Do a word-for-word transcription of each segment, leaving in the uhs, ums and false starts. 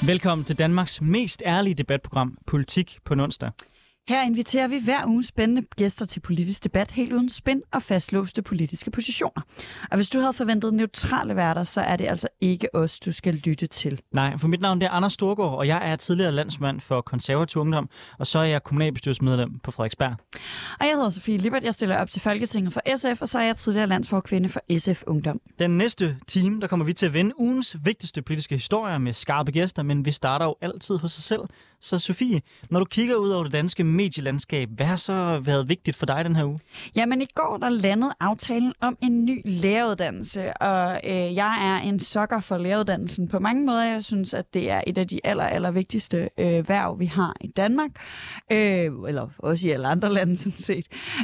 Velkommen til Danmarks mest ærlige debatprogram, Politik på en onsdag. Her inviterer vi hver uge spændende gæster til politisk debat, helt uden spin og fastlåste politiske positioner. Og hvis du havde forventet neutrale værter, så er det altså ikke os, du skal lytte til. Nej, for mit navn det er Anders Storgård, og jeg er tidligere landsmand for Konservativ Ungdom, og så er jeg kommunalbestyrelsesmedlem på Frederiksberg. Og jeg hedder Sofie Lippert, jeg stiller op til Folketinget for S F, og så er jeg tidligere landsforkvinde for S F Ungdom. Den næste time, der kommer vi til at vende ugens vigtigste politiske historier med skarpe gæster, men vi starter jo altid hos sig selv. Så Sofie, når du kigger ud over det danske medielandskab, hvad har så været vigtigt for dig den her uge? Jamen i går der landede aftalen om en ny læreruddannelse, og øh, jeg er en sokker for læreruddannelsen på mange måder. Jeg synes, at det er et af de aller, aller vigtigste øh, værv, vi har i Danmark, øh, eller også i alle andre lande sådan set.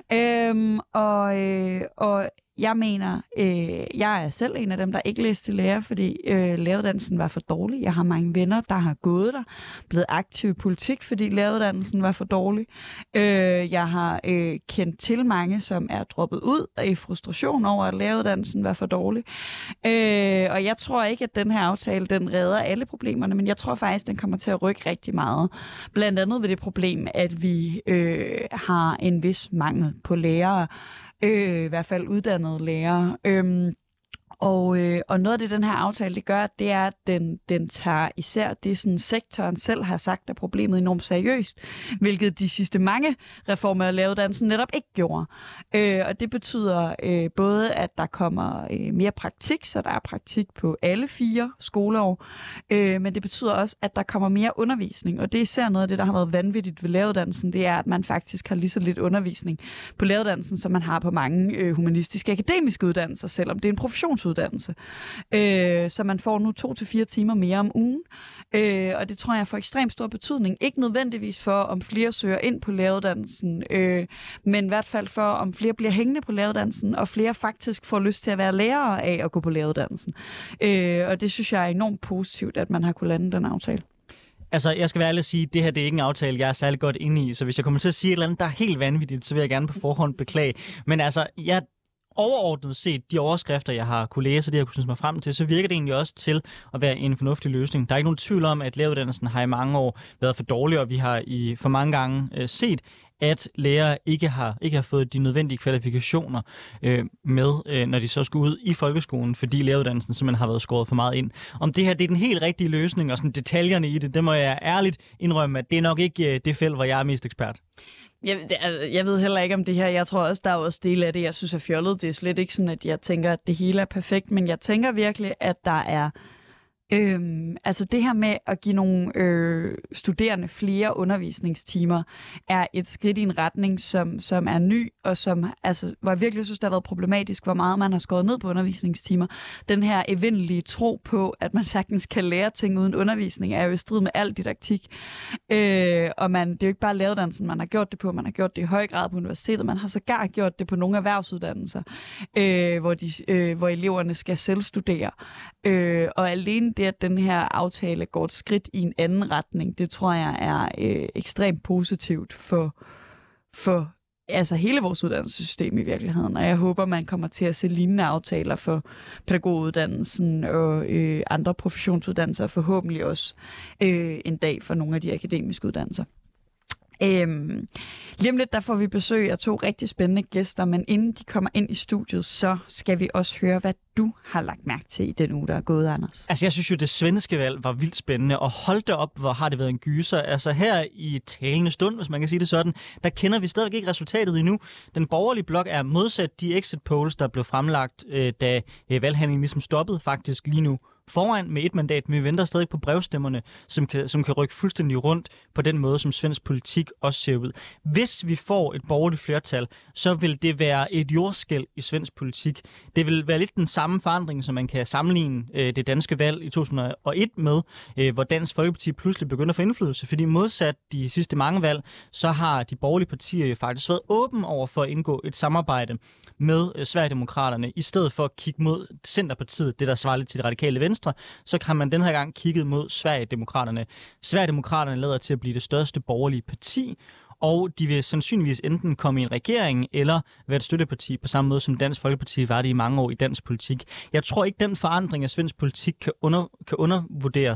Øh, og, øh, og Jeg mener, øh, jeg er selv en af dem, der ikke læste til lærer, fordi øh, læreruddannelsen var for dårlig. Jeg har mange venner, der har gået der, blevet aktiv i politik, fordi læreruddannelsen var for dårlig. Øh, jeg har øh, kendt til mange, som er droppet ud i frustration over, at læreruddannelsen var for dårlig. Øh, og jeg tror ikke, at den her aftale, den redder alle problemerne, men jeg tror faktisk, den kommer til at rykke rigtig meget. Blandt andet ved det problem, at vi øh, har en vis mangel på lærere, Øh, i hvert fald uddannede lærere. Øhm, og, øh, og noget af det, den her aftale, det gør, det er, at den, den tager især det, sådan sektoren selv har sagt, er problemet enormt seriøst, hvilket de sidste mange reformer af læreruddannelsen netop ikke gjorde. Øh, og det betyder øh, både, at der kommer øh, mere praktik, så der er praktik på alle fire skoleår, øh, men det betyder også, at der kommer mere undervisning, og det er især noget af det, der har været vanvittigt ved læreruddannelsen, det er, at man faktisk har lige så lidt undervisning på læreruddannelsen, som man har på mange øh, humanistiske akademiske uddannelser, selvom det er en professionsuddannelse. uddannelse. Øh, så man får nu to til fire timer mere om ugen, øh, og det tror jeg får ekstremt stor betydning. Ikke nødvendigvis for, om flere søger ind på læreruddannelsen, øh, men i hvert fald for, om flere bliver hængende på læreruddannelsen, og flere faktisk får lyst til at være lærere af at gå på læreruddannelsen. Øh, og det synes jeg er enormt positivt, at man har kunnet lande den aftale. Altså, jeg skal være ærlig at sige, at det her det er ikke en aftale, jeg er særlig godt inde i, så hvis jeg kommer til at sige et eller andet, der er helt vanvittigt, så vil jeg gerne på forhånd beklage. Men altså, jeg overordnet set, de overskrifter, jeg har kunne læse, og det jeg kunne synes mig frem til, så virker det egentlig også til at være en fornuftig løsning. Der er ikke nogen tvivl om, at læreruddannelsen har i mange år været for dårlig, og vi har i for mange gange øh, set, at lærere ikke har, ikke har fået de nødvendige kvalifikationer øh, med, øh, når de så skal ud i folkeskolen, fordi læreruddannelsen simpelthen har været skåret for meget ind. Om det her det er den helt rigtige løsning, og sådan detaljerne i det, det må jeg ærligt indrømme, at det er nok ikke øh, det felt, hvor jeg er mest ekspert. Jeg, jeg ved heller ikke om det her. Jeg tror også, der er også dele af det, jeg synes er fjollet. Det er slet ikke sådan, at jeg tænker, at det hele er perfekt, men jeg tænker virkelig, at der er Øhm, altså det her med at give nogle øh, studerende flere undervisningstimer er et skridt i en retning, som, som er ny, og som, altså, hvor jeg virkelig synes, det har været problematisk, hvor meget man har skåret ned på undervisningstimer. Den her evindelige tro på, at man sagtens kan lære ting uden undervisning, er jo i strid med al didaktik. Øh, og man, det er jo ikke bare læreruddannelsen, man har gjort det på, man har gjort det i høj grad på universitetet, man har sågar gjort det på nogle erhvervsuddannelser, øh, hvor, de, øh, hvor eleverne skal selv studere. Øh, og alene det, at den her aftale går et skridt i en anden retning, det tror jeg er øh, ekstremt positivt for, for altså hele vores uddannelsessystem i virkeligheden. Og jeg håber, man kommer til at se lignende aftaler for pædagoguddannelsen og øh, andre professionsuddannelser, og forhåbentlig også øh, en dag for nogle af de akademiske uddannelser. Øhm, lige om lidt, der får vi besøg af to rigtig spændende gæster, men inden de kommer ind i studiet, så skal vi også høre, hvad du har lagt mærke til i den uge, der er gået, Anders. Altså, jeg synes jo, det svenske valg var vildt spændende, og hold da op, hvor har det været en gyser. Altså, her i talende stund, hvis man kan sige det sådan, der kender vi stadig ikke resultatet endnu. Den borgerlige blok er modsat de exit polls, der blev fremlagt, øh, da øh, valghandlingen ligesom stoppede faktisk lige nu foran med et mandat, men vi venter stadig på brevstemmerne, som kan, som kan rykke fuldstændig rundt på den måde, som svensk politik også ser ud. Hvis vi får et borgerligt flertal, så vil det være et jordskælv i svensk politik. Det vil være lidt den samme forandring, som man kan sammenligne øh, det danske valg i to tusind og et med, øh, hvor Dansk Folkeparti pludselig begynder at få indflydelse, fordi modsat de sidste mange valg, så har de borgerlige partier jo faktisk været åbne over for at indgå et samarbejde med øh, Sverigedemokraterne, i stedet for at kigge mod Centerpartiet, det der svarer lidt til det radikale venstre, så kan man den her gang kigget mod Sverigedemokraterne. Sverigedemokraterne lader til at blive det største borgerlige parti, og de vil sandsynligvis enten komme i en regering eller være et støtteparti på samme måde som Dansk Folkeparti var det i mange år i dansk politik. Jeg tror ikke, den forandring af svensk politik kan, under, kan undervurderes.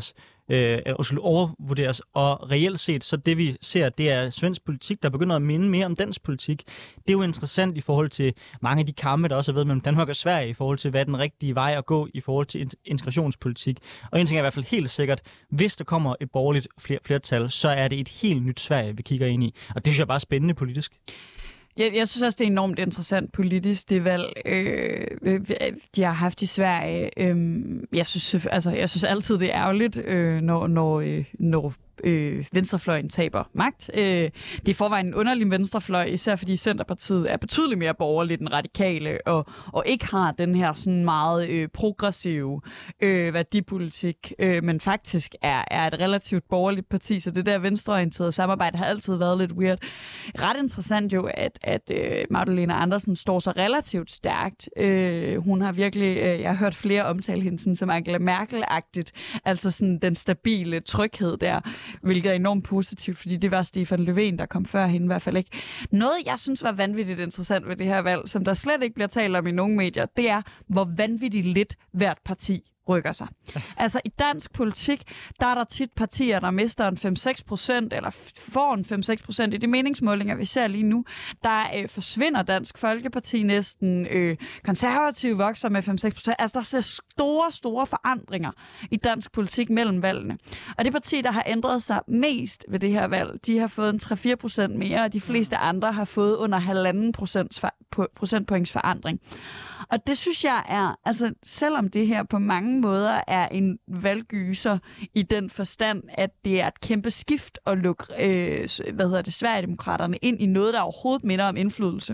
øh, overvurderes. Og reelt set, så det vi ser, det er svensk politik, der begynder at minde mere om dansk politik. Det er jo interessant i forhold til mange af de kampe, der også er ved mellem Danmark og Sverige, i forhold til, hvad er den rigtige vej at gå i forhold til integrationspolitik. Og en ting er i hvert fald helt sikkert, hvis der kommer et borgerligt flertal, så er det et helt nyt Sverige, vi kigger ind i. Og det synes jeg bare er spændende politisk. Jeg, jeg synes også, det er enormt interessant politisk, det valg, øh, de har haft i Sverige. Øh, jeg, synes, altså, jeg synes altid, det er ærgerligt, øh, når, når, øh, når øh, venstrefløjen taber magt. Øh, det er forvejen en underlig venstrefløj, især fordi Centerpartiet er betydeligt mere borgerligt end radikale, og, og ikke har den her sådan meget øh, progressive øh, værdipolitik, øh, men faktisk er, er et relativt borgerligt parti, så det der venstreorienterede samarbejde har altid været lidt weird. Ret interessant jo, at, at øh, Magdalena Andersen står så relativt stærkt. Øh, hun har virkelig, øh, jeg har hørt flere omtale hende sådan, som Angela Merkel-agtigt, altså sådan den stabile tryghed der, hvilket er enormt positivt, fordi det var Stefan Löfven, der kom før hende i hvert fald ikke. Noget, jeg synes var vanvittigt interessant ved det her valg, som der slet ikke bliver talt om i nogle medier, det er, hvor vanvittigt lidt hvert parti rykker sig. Altså i dansk politik, der er der tit partier, der mister en fem til seks procent, eller får en fem til seks procent i de meningsmålinger, vi ser lige nu. Der øh, forsvinder Dansk Folkeparti næsten. Øh, konservative vokser med fem til seks procent. Altså der er store, store forandringer i dansk politik mellem valgene. Og det parti, der har ændret sig mest ved det her valg, de har fået en tre til fire procent mere, og de fleste andre har fået under halvanden procentpoints forandring. Og det synes jeg er, altså selvom det her på mange måder er en valggyser i den forstand, at det er et kæmpe skift at lukke øh, hvad hedder det, Sverigedemokraterne ind i noget, der overhovedet minder om indflydelse,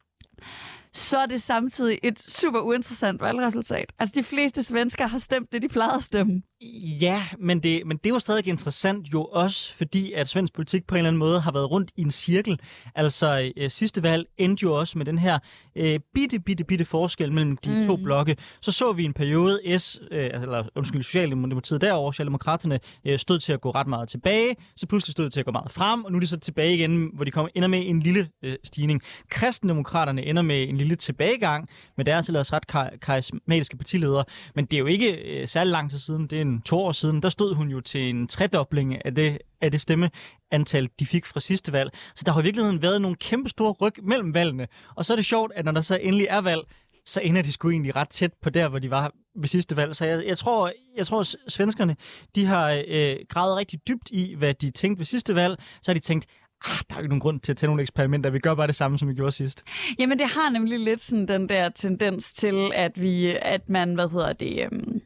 så er det samtidig et super uinteressant valgresultat. Altså de fleste svensker har stemt det, de plejede at stemme. Ja, men det, men det var stadig interessant jo også, fordi at svensk politik på en eller anden måde har været rundt i en cirkel. Altså øh, sidste valg endte jo også med den her øh, bitte, bitte, bitte forskel mellem de mm. to blokke. Så så vi en periode, S, øh, eller undskyld, Socialdemokratiet derovre, Socialdemokraterne øh, stod til at gå ret meget tilbage, så pludselig stod til at gå meget frem, og nu er de så tilbage igen, hvor de kommer, ender med en lille øh, stigning. Kristendemokraterne ender med en lille tilbagegang med deres ellers ret kar- karismatiske partileder, men det er jo ikke øh, særlig lang tid siden, det er en to år siden, der stod hun jo til en tredobling af det, af det stemmeantal, de fik fra sidste valg. Så der har i virkeligheden været nogle kæmpe store ryg mellem valgene. Og så er det sjovt, at når der så endelig er valg, så ender de sgu egentlig ret tæt på der, hvor de var ved sidste valg. Så jeg, jeg tror, jeg tror, at svenskerne, de har øh, gravet rigtig dybt i, hvad de tænkte ved sidste valg. Så har de tænkt, ah, der er jo ikke nogen grund til at tage nogle eksperimenter. Vi gør bare det samme, som vi gjorde sidst. Jamen, det har nemlig lidt sådan den der tendens til, at vi, at man, hvad hedder det, øhm,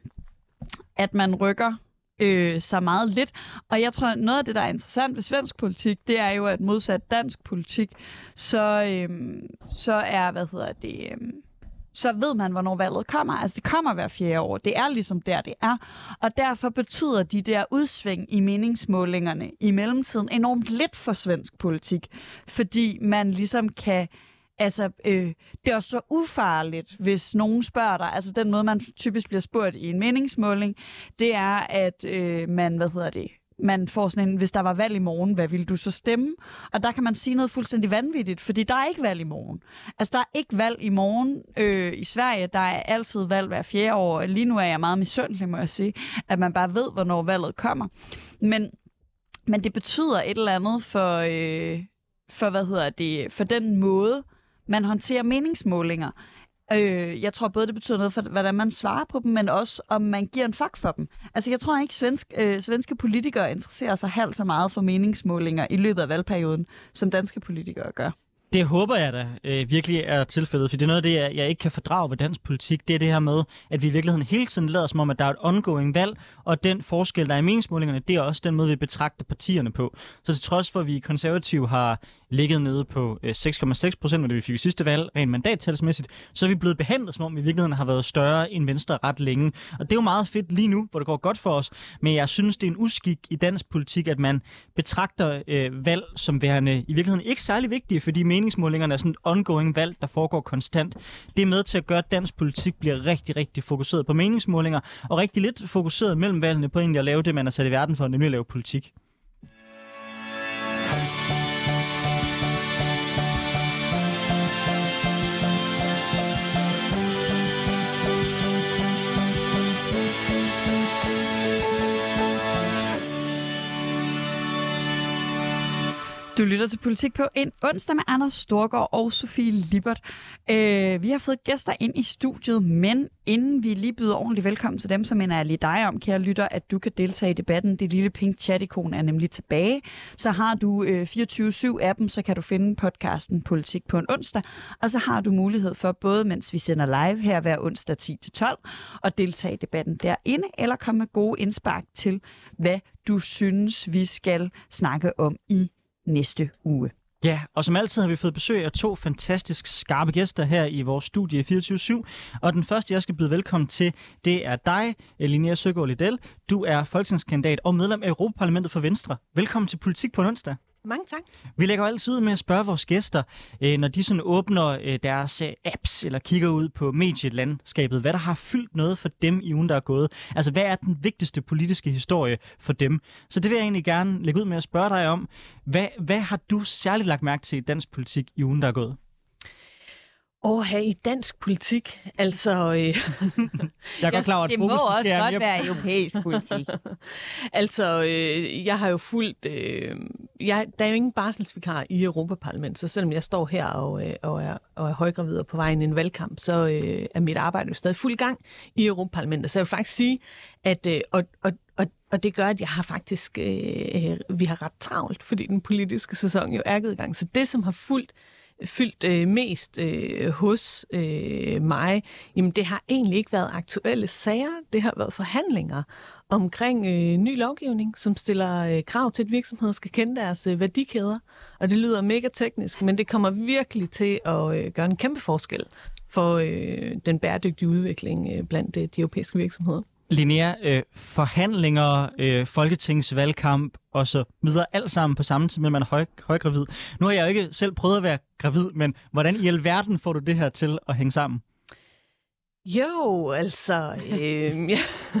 at man rykker øh, så meget lidt. Og jeg tror, noget af det, der er interessant ved svensk politik, det er jo, at modsat dansk politik, så, øhm, så er, hvad hedder det, øhm, så ved man, hvornår valget kommer. Altså, det kommer hver fjerde år. Det er ligesom der, det er. Og derfor betyder de der udsving i meningsmålingerne i mellemtiden enormt lidt for svensk politik. Fordi man ligesom kan... Altså, øh, det er så ufarligt, hvis nogen spørger dig. Altså, den måde, man typisk bliver spurgt i en meningsmåling, det er, at øh, man, hvad hedder det, man får sådan en, hvis der var valg i morgen, hvad ville du så stemme? Og der kan man sige noget fuldstændig vanvittigt, fordi der er ikke valg i morgen. Altså, der er ikke valg i morgen øh, i Sverige. Der er altid valg hver fjerde år. Lige nu er jeg meget misundelig, må jeg sige, at man bare ved, hvornår valget kommer. Men, men det betyder et eller andet for, øh, for, hvad hedder det, for den måde, man håndterer meningsmålinger. Øh, jeg tror både, det betyder noget for, hvordan man svarer på dem, men også, om man giver en fuck for dem. Altså, jeg tror ikke, svensk, øh, svenske politikere interesserer sig halvt så meget for meningsmålinger i løbet af valgperioden, som danske politikere gør. Det håber jeg da øh, virkelig er tilfældet, for det er noget af det, jeg, jeg ikke kan fordrage ved dansk politik. Det er det her med, at vi i virkeligheden hele tiden lader som om, at der er et ongoing valg, og den forskel, der er i meningsmålingerne, det er også den måde, vi betragter partierne på. Så til trods for, at vi konservative har ligget nede på øh, seks komma seks procent, det vi fik i sidste valg, rent mandattalsmæssigt, så er vi blevet behandlet, som om vi i virkeligheden har været større end Venstre ret længe. Og det er jo meget fedt lige nu, hvor det går godt for os, men jeg synes, det er en uskik i dansk politik, at man betragter øh, valg som værende i virkeligheden ikke særlig vigtige, fordi meningsmålingerne er sådan et ongoing valg, der foregår konstant. Det er med til at gøre, at dansk politik bliver rigtig, rigtig fokuseret på meningsmålinger, og rigtig lidt fokuseret mellem valgene på egentlig at lave det, man er sat i verden for, nemlig at lave politik. Du lytter til Politik på en onsdag med Anders Storgård og Sofie Lippert. Øh, vi har fået gæster ind i studiet, men inden vi lige byder ordentligt velkommen til dem, så minder jeg lige dig om, kære lytter, at du kan deltage i debatten. Det lille pink chat-ikon er nemlig tilbage. Så har du øh, fireogtyve syv-appen, så kan du finde podcasten Politik på en onsdag. Og så har du mulighed for, både mens vi sender live her hver onsdag ti til tolv, at deltage i debatten derinde, eller komme med gode indspark til, hvad du synes, vi skal snakke om i næste uge. Ja, og som altid har vi fået besøg af to fantastisk skarpe gæster her i vores studie fireogtyve syv. Og den første, jeg skal byde velkommen til, det er dig, Linnea Søgaard Lidell. Du er folketingskandidat og medlem af Europaparlamentet for Venstre. Velkommen til Politik på en onsdag. Mange tak. Vi lægger jo altid ud med at spørge vores gæster, når de sådan åbner deres apps eller kigger ud på medielandskabet, hvad der har fyldt noget for dem i ugen, der er gået. Altså, hvad er den vigtigste politiske historie for dem? Så det vil jeg egentlig gerne lægge ud med at spørge dig om. Hvad, hvad har du særligt lagt mærke til i dansk politik i ugen, der er gået? Åh, her i dansk politik, altså... Øh... jeg er godt klar over, at det må også godt mere... være europæisk politik. altså, øh, jeg har jo fulgt... Øh... Jeg, der er jo ingen barselsvikar i Europaparlamentet, så selvom jeg står her og, øh, og, er, og er højgravid og på vejen i en valgkamp, så øh, er mit arbejde jo stadig fuld gang i Europaparlamentet. Så jeg vil faktisk sige, at... Øh, og, og, og Og det gør, at jeg har faktisk, øh, vi har ret travlt, fordi den politiske sæson jo er gået i gang. Så det, som har fulgt, fyldt øh, mest øh, hos øh, mig, jamen det har egentlig ikke været aktuelle sager. Det har været forhandlinger omkring øh, ny lovgivning, som stiller øh, krav til, at virksomheder skal kende deres øh, værdikæder. Og det lyder mega teknisk, men det kommer virkelig til at øh, gøre en kæmpe forskel for øh, den bæredygtige udvikling øh, blandt øh, de europæiske virksomheder. Linnea, øh, forhandlinger, øh, folketingsvalgkamp og så videre, alt sammen på samme tid med, at man er høj, højgravid. Nu har jeg jo ikke selv prøvet at være gravid, men hvordan i alverden får du det her til at hænge sammen? Jo, altså, øh, jeg,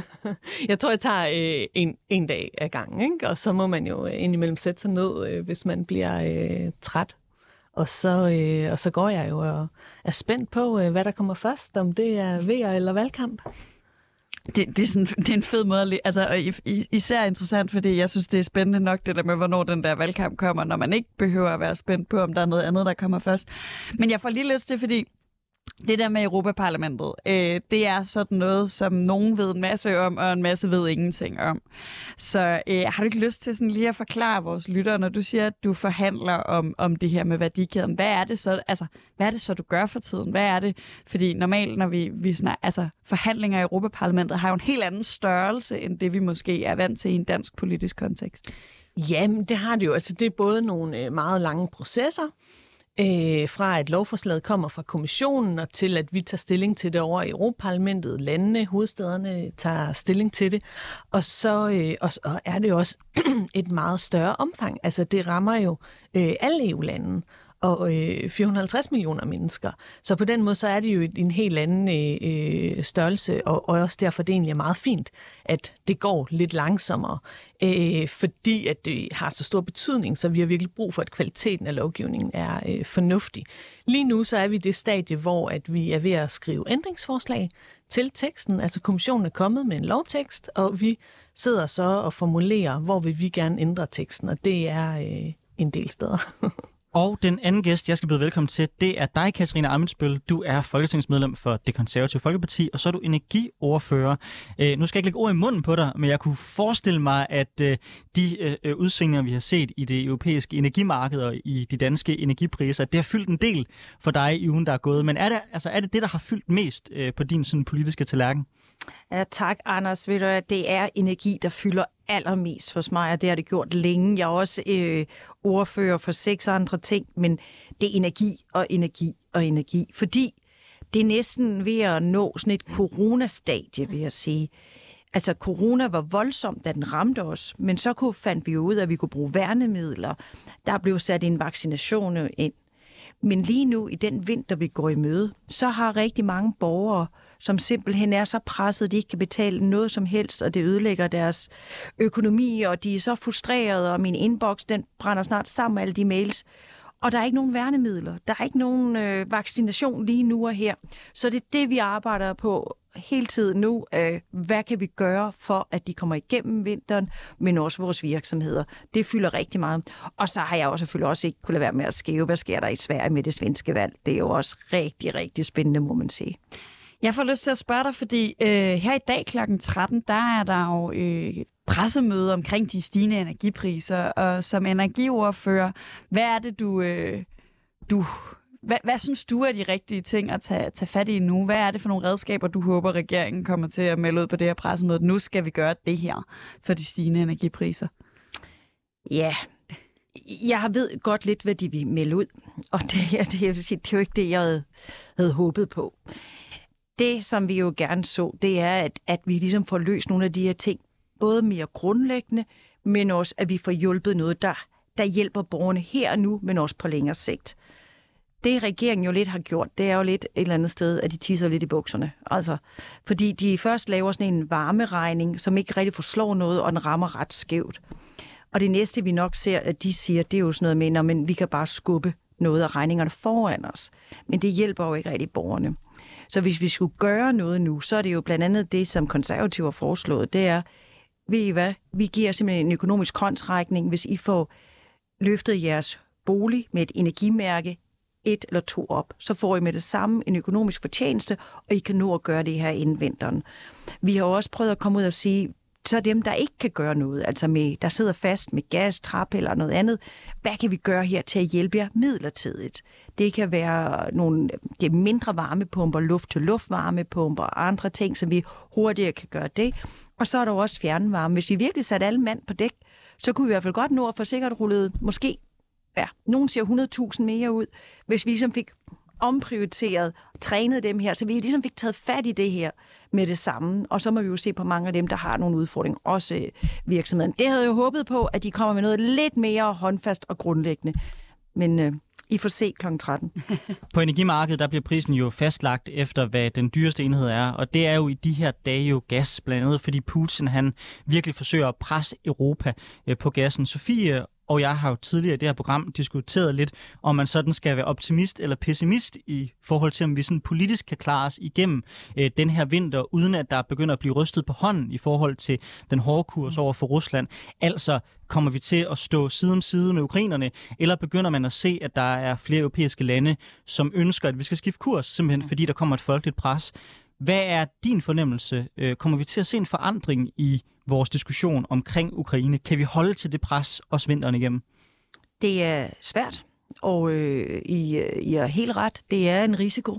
jeg tror, jeg tager øh, en, en dag ad gangen, ikke? Og så må man jo indimellem sætte sig ned, øh, hvis man bliver øh, træt. Og så, øh, og så går jeg jo og er spændt på, øh, hvad der kommer først, om det er V R eller valgkamp. Det, det, er sådan, det er en fed måde at lide. Altså, og især interessant, fordi jeg synes, det er spændende nok, det der med, hvornår den der valgkamp kommer, når man ikke behøver at være spændt på, om der er noget andet, der kommer først. Men jeg får lige lyst til, fordi det der med Europaparlamentet, øh, det er sådan noget, som nogen ved en masse om, og en masse ved ingenting om. Så øh, har du ikke lyst til sådan lige at forklare vores lyttere, når du siger, at du forhandler om, om det her med værdikæden, hvad er det så, altså, hvad er det så, du gør for tiden? Hvad er det? Fordi normalt, når vi, vi snakker, altså forhandlinger i Europaparlamentet, har jo en helt anden størrelse, end det vi måske er vant til i en dansk politisk kontekst. Jamen, det har det jo. Altså, det er både nogle øh, meget lange processer, Øh, fra at lovforslaget kommer fra kommissionen og til at vi tager stilling til det over i Europaparlamentet, landene, hovedstederne tager stilling til det. Og så øh, og, og er det jo også et meget større omfang. Altså det rammer jo øh, alle E U-lande og øh, fire hundrede og halvtreds millioner mennesker. Så på den måde så er det jo en helt anden øh, størrelse, og, og også derfor det egentlig er meget fint, at det går lidt langsommere, øh, fordi at det har så stor betydning, så vi har virkelig brug for, at kvaliteten af lovgivningen er øh, fornuftig. Lige nu så er vi i det stadie, hvor at vi er ved at skrive ændringsforslag til teksten, altså kommissionen er kommet med en lovtekst, og vi sidder så og formulerer, hvor vil vi gerne ændre teksten, og det er øh, en del steder. Og den anden gæst, jeg skal byde velkommen til, det er dig, Katarina Ammitzbøll. Du er folketingsmedlem for Det Konservative Folkeparti, og så er du energiordfører. Øh, nu skal jeg ikke lægge ord i munden på dig, men jeg kunne forestille mig, at øh, de øh, udsvingninger, vi har set i det europæiske energimarked og i de danske energipriser, det har fyldt en del for dig i ugen, der er gået. Men er det altså, er det, det, der har fyldt mest øh, på din sådan, politiske tallerken? Ja, tak, Anders. Ved du, at det er energi, der fylder allermest hos mig, og det har det gjort længe. Jeg er også øh, ordfører for seks andre ting, men det er energi og energi og energi. Fordi det er næsten ved at nå sådan et coronastadie, vil jeg sige. Altså, corona var voldsomt, da den ramte os, men så kunne, fandt vi jo ud af, at vi kunne bruge værnemidler. Der blev sat en vaccination ind. Men lige nu, i den vinter, vi går i møde, så har rigtig mange borgere, som simpelthen er så presset, at de ikke kan betale noget som helst, og det ødelægger deres økonomi, og de er så frustrerede, og min inbox, den brænder snart sammen med alle de mails. Og der er ikke nogen værnemidler. Der er ikke nogen øh, vaccination lige nu og her. Så det er det, vi arbejder på hele tiden nu. Øh, hvad kan vi gøre for, at de kommer igennem vinteren, men også vores virksomheder. Det fylder rigtig meget. Og så har jeg jo selvfølgelig også ikke kunne lade være med at skrive, hvad sker der i Sverige med det svenske valg. Det er jo også rigtig, rigtig spændende, må man sige. Jeg får lyst til at spørge dig, fordi øh, her i dag klokken tretten, der er der jo øh, pressemøde omkring de stigende energipriser, og som energiordfører, hvad er det, du... Øh, du hvad, hvad synes du er de rigtige ting at tage, tage fat i nu? Hvad er det for nogle redskaber, du håber, regeringen kommer til at melde ud på det her pressemøde? Nu skal vi gøre det her for de stigende energipriser. Ja, jeg ved godt lidt, hvad de vil melde ud, og det, det, det, det er jo ikke det, jeg havde, havde håbet på. Det, som vi jo gerne så, det er, at, at vi ligesom får løst nogle af de her ting, både mere grundlæggende, men også, at vi får hjulpet noget, der, der hjælper borgerne her og nu, men også på længere sigt. Det, regeringen jo lidt har gjort, det er jo lidt et eller andet sted, at de tisser lidt i bukserne. Altså, fordi de først laver sådan en varmeregning, som ikke rigtig forslår noget, og den rammer ret skævt. Og det næste, vi nok ser, at de siger, det er jo sådan noget med, men vi kan bare skubbe noget af regningerne foran os. Men det hjælper jo ikke rigtig borgerne. Så hvis vi skulle gøre noget nu, så er det jo blandt andet det, som konservative har foreslået, det er, ved I hvad, vi giver simpelthen en økonomisk håndsrækning, hvis I får løftet jeres bolig med et energimærke et eller to op, så får I med det samme en økonomisk fortjeneste, og I kan nå at gøre det her inden vinteren. Vi har også prøvet at komme ud og sige, så dem, der ikke kan gøre noget, altså med, der sidder fast med gas, trap eller noget andet, hvad kan vi gøre her til at hjælpe jer midlertidigt? Det kan være nogle det mindre varmepumper, luft-til-luft varmepumper og andre ting, som vi hurtigere kan gøre det. Og så er der også fjernvarme. Hvis vi virkelig satte alle mand på dæk, så kunne vi i hvert fald godt nå at få sikkert rullet måske, ja, nogen siger hundrede tusind mere ud, hvis vi ligesom fik omprioriteret, trænet dem her, så vi ligesom fik taget fat i det her med det samme. Og så må vi jo se på mange af dem, der har nogle udfordringer, også virksomheden. Det havde jeg jo håbet på, at de kommer med noget lidt mere håndfast og grundlæggende. Men øh, I får se klokken tretten. På energimarkedet, der bliver prisen jo fastlagt efter, hvad den dyreste enhed er. Og det er jo i de her dage jo gas, blandt andet fordi Putin han virkelig forsøger at presse Europa øh, på gassen. Sofie og jeg har jo tidligere i det her program diskuteret lidt, om man sådan skal være optimist eller pessimist i forhold til, om vi sådan politisk kan klare os igennem øh, den her vinter, uden at der begynder at blive rystet på hånden i forhold til den hårde kurs over for Rusland. Altså, kommer vi til at stå side om side med ukrainerne, eller begynder man at se, at der er flere europæiske lande, som ønsker, at vi skal skifte kurs, simpelthen fordi der kommer et folkeligt pres. Hvad er din fornemmelse? Kommer vi til at se en forandring i vores diskussion omkring Ukraine? Kan vi holde til det pres også vinteren igennem? Det er svært, og øh, I, I er helt ret. Det er en risiko,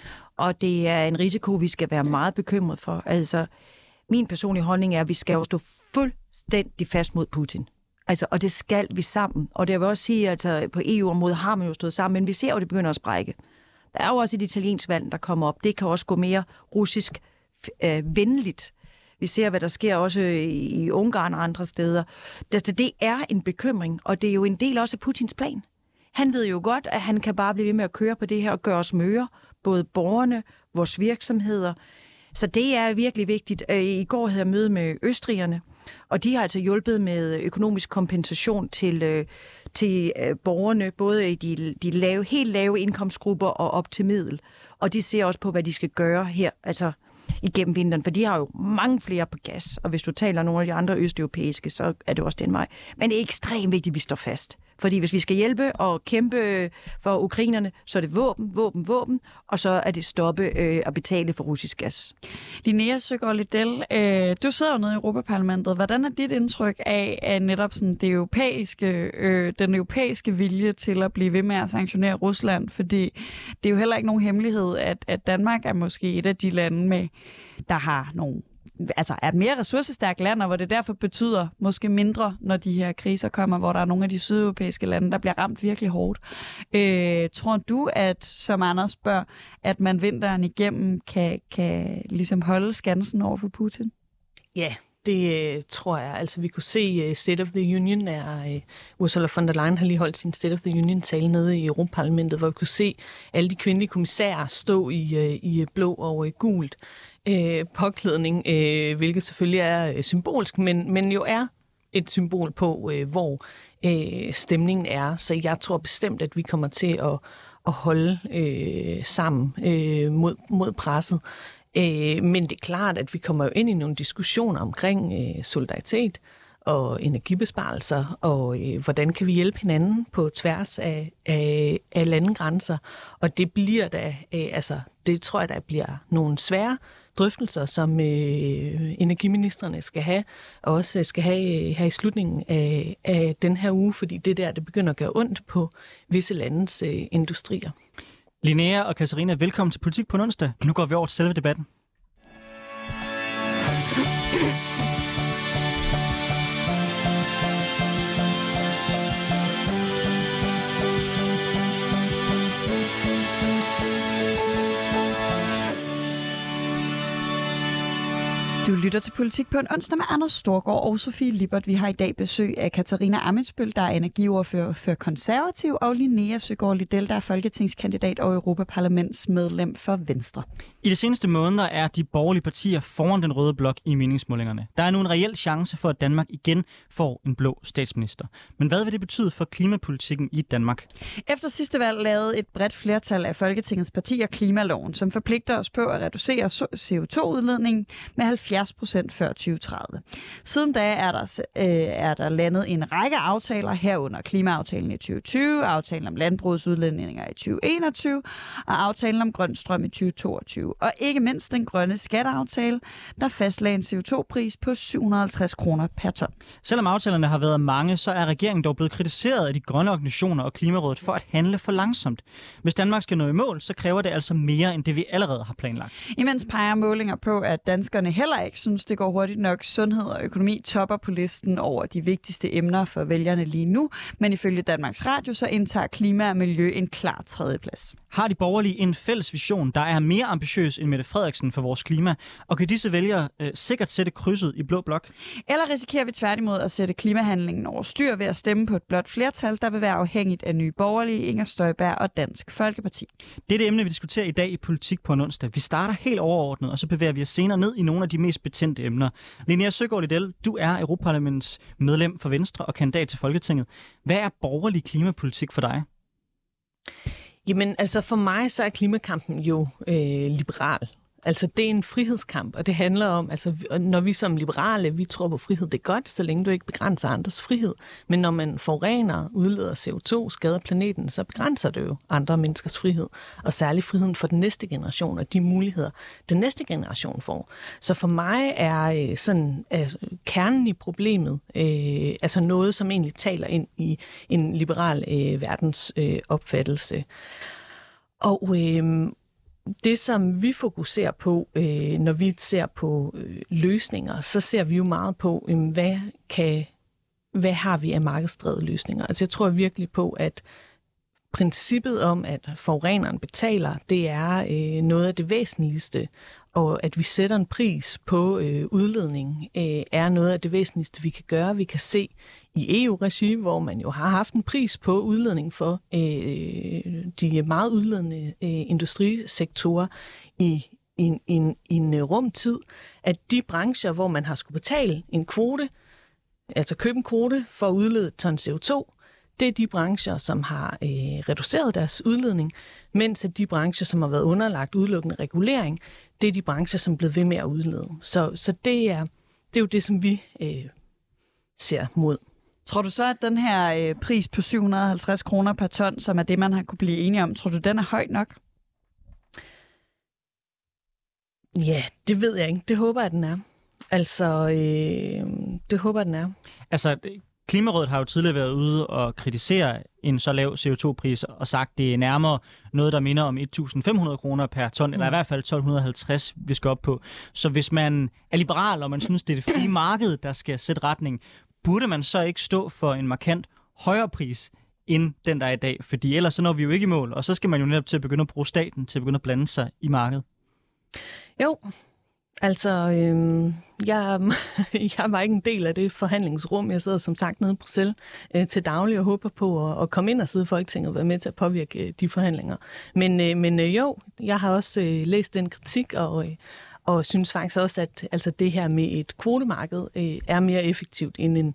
og det er en risiko, vi skal være meget bekymret for. Altså, min personlige holdning er, at vi skal jo stå fuldstændig fast mod Putin. Altså, og det skal vi sammen. Og det vil også sige, at altså, på E U-området har man jo stået sammen, men vi ser jo, at det begynder at sprække. Der er jo også et italiensk valg, der kommer op. Det kan også gå mere russisk øh, venligt. Vi ser, hvad der sker også i Ungarn og andre steder. Det, det er en bekymring, og det er jo en del også af Putins plan. Han ved jo godt, at han kan bare blive ved med at køre på det her og gøre os møre, både borgerne, vores virksomheder. Så det er virkelig vigtigt. I går havde jeg møde med østrigerne, og de har altså hjulpet med økonomisk kompensation til, til borgerne, både i de, de lave, helt lave indkomstgrupper og op til middel. Og de ser også på, hvad de skal gøre her, altså igennem vinteren, for de har jo mange flere på gas, og hvis du taler nogle af de andre østeuropæiske, så er det også den vej. Men det er ekstremt vigtigt, at vi står fast. Fordi hvis vi skal hjælpe og kæmpe for ukrainerne, så er det våben, våben, våben, og så er det stoppe øh, at betale for russisk gas. Linnea Søgaard Lidell, øh, du sidder jo nede i Europaparlamentet. Hvordan er dit indtryk af, at netop sådan det europæiske, øh, den europæiske vilje til at blive ved med at sanktionere Rusland? Fordi det er jo heller ikke nogen hemmelighed, at, at Danmark er måske et af de lande, med, der har nogle altså er et mere ressourcestærkt land, og hvor det derfor betyder måske mindre, når de her kriser kommer, hvor der er nogle af de sydeuropæiske lande, der bliver ramt virkelig hårdt. Øh, tror du, at, som Anders spørger, at man vinteren igennem kan, kan ligesom holde skansen over for Putin? Ja, det uh, tror jeg. Altså, vi kunne se uh, State of the Union, er uh, Ursula von der Leyen har lige holdt sin State of the Union-tale nede i Europaparlamentet, hvor vi kunne se alle de kvindelige kommissærer stå i, uh, i blå og i gult. Øh, påklædning, øh, hvilket selvfølgelig er øh, symbolsk, men, men jo er et symbol på, øh, hvor øh, stemningen er. Så jeg tror bestemt, at vi kommer til at, at holde øh, sammen øh, mod, mod presset. Øh, men det er klart, at vi kommer jo ind i nogle diskussioner omkring øh, solidaritet og energibesparelser, og øh, hvordan kan vi hjælpe hinanden på tværs af, af, af landegrænser. Og det bliver da, øh, altså, det tror jeg, der bliver nogle svære drøftelser, som øh, energiministerne skal have, og også skal have øh, her i slutningen af, af den her uge, fordi det der, det begynder at gøre ondt på visse landes øh, industrier. Linnea og Katarina, velkommen til Politik på en onsdag. Nu går vi over til selve debatten. Du lytter til Politik på en onsdag med Anders Storgård og Sofie Lippert. Vi har i dag besøg af Katarina Ammitzbøll, der er energiordfører for Konservativ, og Linnea Søgaard Lidell, der er folketingskandidat og Europaparlamentsmedlem for Venstre. I de seneste måneder er de borgerlige partier foran den røde blok i meningsmålingerne. Der er nu en reel chance for, at Danmark igen får en blå statsminister. Men hvad vil det betyde for klimapolitikken i Danmark? Efter sidste valg lavede et bredt flertal af Folketingets partier klimaloven, som forpligter os på at reducere C O to udledningen med halvfjerds procent før tyve tredive. Siden da er der, øh, er der landet en række aftaler herunder klimaaftalen i tyve tyve, aftalen om landbrugets udledninger i tyve enogtyve og aftalen om grøn strøm i tyve toogtyve. Og ikke mindst den grønne skatteaftale, der fastlagde en C O to pris på syv hundrede og halvtreds kroner per ton. Selvom aftalerne har været mange, så er regeringen dog blevet kritiseret af de grønne organisationer og Klimarådet for at handle for langsomt. Hvis Danmark skal nå i mål, så kræver det altså mere end det, vi allerede har planlagt. Imens peger målinger på, at danskerne heller ikke synes, det går hurtigt nok. Sundhed og økonomi topper på listen over de vigtigste emner for vælgerne lige nu, men ifølge Danmarks Radio så indtager klima og miljø en klar tredjeplads. Har de borgerlige en fælles vision, der er mere ambitiøs end Mette Frederiksen for vores klima, og kan disse vælgere øh, sikkert sætte krydset i blå blok? Eller risikerer vi tværtimod at sætte klimahandlingen over styr ved at stemme på et blot flertal, der vil være afhængigt af Nye Borgerlige, Inger Støjberg og Dansk Folkeparti? Det er det emne, vi diskuterer i dag i Politik på en onsdag. Vi starter helt overordnet, og så bevæger vi os senere ned i nogle af de mest betændte emner. Linnea Søgaard Lidell, du er Europaparlaments medlem for Venstre og kandidat til Folketinget. Hvad er borgerlig klimapolitik for dig? Jamen, altså for mig så er klimakampen jo øh, liberal. Altså det er en frihedskamp, og det handler om, altså når vi som liberale, vi tror på frihed, det er godt, så længe du ikke begrænser andres frihed. Men når man forurener, udleder C O to, skader planeten, så begrænser det jo andre menneskers frihed. Og særlig friheden for den næste generation, og de muligheder, den næste generation får. Så for mig er øh, sådan altså, kernen i problemet, øh, altså noget, som egentlig taler ind i en liberal øh, verdens øh, opfattelse. Og øh, det, som vi fokuserer på, øh, når vi ser på øh, løsninger, så ser vi jo meget på, øh, hvad, kan, hvad har vi af markedsdrevede løsninger. Altså jeg tror virkelig på, at princippet om, at forureneren betaler, det er øh, noget af det væsentligste, og at vi sætter en pris på øh, udledning, øh, er noget af det væsentligste, vi kan gøre. Vi kan se i E U-regi, hvor man jo har haft en pris på udledning for øh, de meget udledende øh, industrisektorer i, i, i, en, i en rumtid, at de brancher, hvor man har skulle betale en kvote, altså købe en kvote for at udlede et ton C O to, det er de brancher, som har øh, reduceret deres udledning, mens at de brancher, som har været underlagt udelukkende regulering, det er de brancher, som er blevet ved med at udlede. Så, så det, er, det er jo det, som vi øh, ser mod. Tror du så, at den her øh, pris på syv hundrede og halvtreds kroner per ton, som er det, man har kunne blive enige om, tror du, den er høj nok? Ja, det ved jeg ikke. Det håber jeg, den er. Altså, øh, det håber jeg, den er. Altså, Klimarådet har jo tidligere været ude og kritisere en så lav C O to pris og sagt, at det er nærmere noget, der minder om et tusind fem hundrede kroner per ton, mm. eller i hvert fald tolv halvtreds, vi skal op på. Så hvis man er liberal, og man synes, det er det frie marked, der skal sætte retning, burde man så ikke stå for en markant højere pris end den, der er i dag? Fordi ellers så når vi jo ikke i mål, og så skal man jo netop til at begynde at bruge staten til at begynde at blande sig i markedet. Jo, altså, øhm, jeg, jeg var ikke en del af det forhandlingsrum. Jeg sidder som sagt nede i Bruxelles øh, til daglig og håber på at, at komme ind og sidde i Folketinget og være med til at påvirke øh, de forhandlinger. Men, øh, men øh, jo, jeg har også øh, læst den kritik, og, øh, og synes faktisk også, at altså, det her med et kvotemarked øh, er mere effektivt end en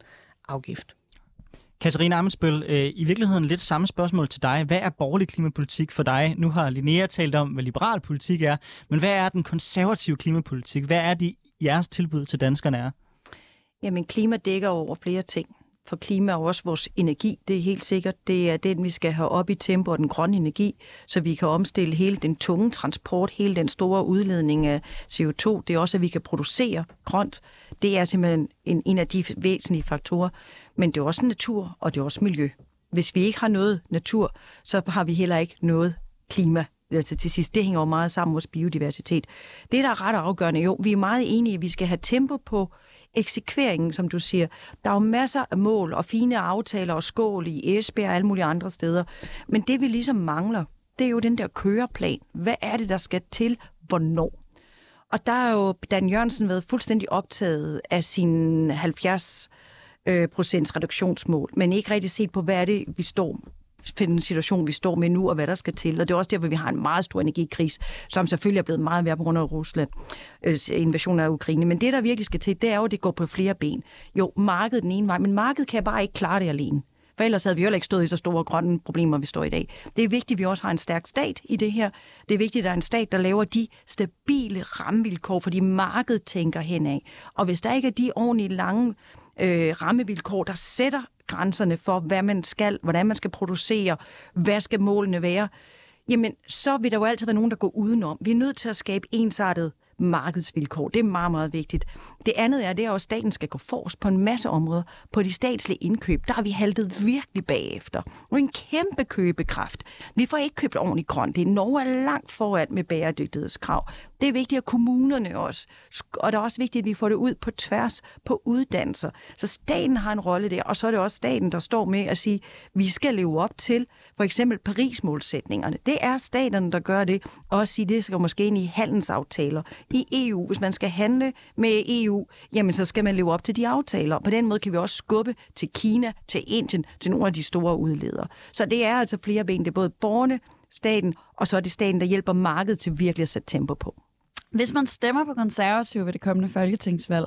afgift. Katarina Ammitzbøll, øh, i virkeligheden lidt samme spørgsmål til dig. Hvad er borgerlig klimapolitik for dig? Nu har Linnea talt om, hvad liberal politik er, men hvad er den konservative klimapolitik? Hvad er de jeres tilbud til danskerne er? Jamen, klima dækker over flere ting. For klima er også vores energi, det er helt sikkert. Det er den, vi skal have op i tempo, og den grønne energi, så vi kan omstille hele den tunge transport, hele den store udledning af C O to. Det er også, at vi kan producere grønt. Det er simpelthen en, en af de væsentlige faktorer. Men det er også natur, og det er også miljø. Hvis vi ikke har noget natur, så har vi heller ikke noget klima. Altså til sidst, det hænger jo meget sammen med vores biodiversitet. Det, der er ret afgørende, jo, vi er meget enige, at vi skal have tempo på eksekveringen, som du siger. Der er jo masser af mål og fine aftaler og skål i Esbjerg og alle mulige andre steder. Men det, vi ligesom mangler, det er jo den der køreplan. Hvad er det, der skal til? Hvornår? Og der er jo Dan Jørgensen været fuldstændig optaget af sin halvfjerds procents reduktionsmål, men ikke rigtig set på, hvad er det, vi står den situation, vi står med nu, og hvad der skal til. Og det er også derfor, vi har en meget stor energikrise, som selvfølgelig er blevet meget værre på grund af Ruslands invasion af Ukraine. Men det, der virkelig skal til, det er jo, at det går på flere ben. Jo, markedet den ene vej, men markedet kan bare ikke klare det alene. For ellers havde vi jo ikke stået i så store grønne problemer, vi står i dag. Det er vigtigt, at vi også har en stærk stat i det her. Det er vigtigt, at der er en stat, der laver de stabile rammevilkår, fordi markedet tænker henad. Og hvis der ikke er de ordentlige lange øh, rammevilkår, der sætter grænserne for, hvad man skal, hvordan man skal producere, hvad skal målene være, jamen, så vil der jo altid være nogen, der går udenom. Vi er nødt til at skabe ensartet markedsvilkår. Det er meget, meget vigtigt. Det andet er, det er også, at staten skal gå forrest på en masse områder. På de statslige indkøb, der har vi haltet virkelig bagefter. Og en kæmpe købekraft. Vi får ikke købt ordentligt grønt. Det er Norge er langt foran med bæredygtighedskrav. Det er vigtigt, at kommunerne også. Og det er også vigtigt, at vi får det ud på tværs på uddannelser. Så staten har en rolle der, og så er det også staten, der står med at sige, at vi skal leve op til for eksempel Paris-målsætningerne. Det er staterne, der gør det. Og at sige, det skal måske ind i handelsaftaler. I E U, hvis man skal handle med E U, jamen så skal man leve op til de aftaler. På den måde kan vi også skubbe til Kina, til Indien, til nogle af de store udledere. Så det er altså flere ben. Det er både borgerne, staten, og så er det staten, der hjælper markedet til virkelig at sætte tempo på. Hvis man stemmer på konservative ved det kommende folketingsvalg,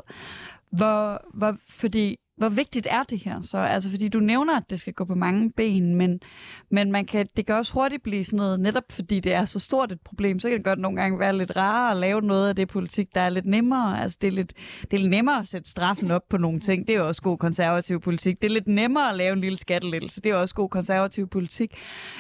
hvor, hvor, fordi, hvor vigtigt er det her? Så, altså, fordi du nævner, at det skal gå på mange ben, men, men man kan, det kan også hurtigt blive sådan noget, netop fordi det er så stort et problem, så kan det godt nogle gange være lidt rarere at lave noget af det politik, der er lidt nemmere. Altså, det er lidt, det er lidt nemmere at sætte straffen op på nogle ting. Det er jo også god konservativ politik. Det er lidt nemmere at lave en lille skattelettelse. Det er også god konservativ politik.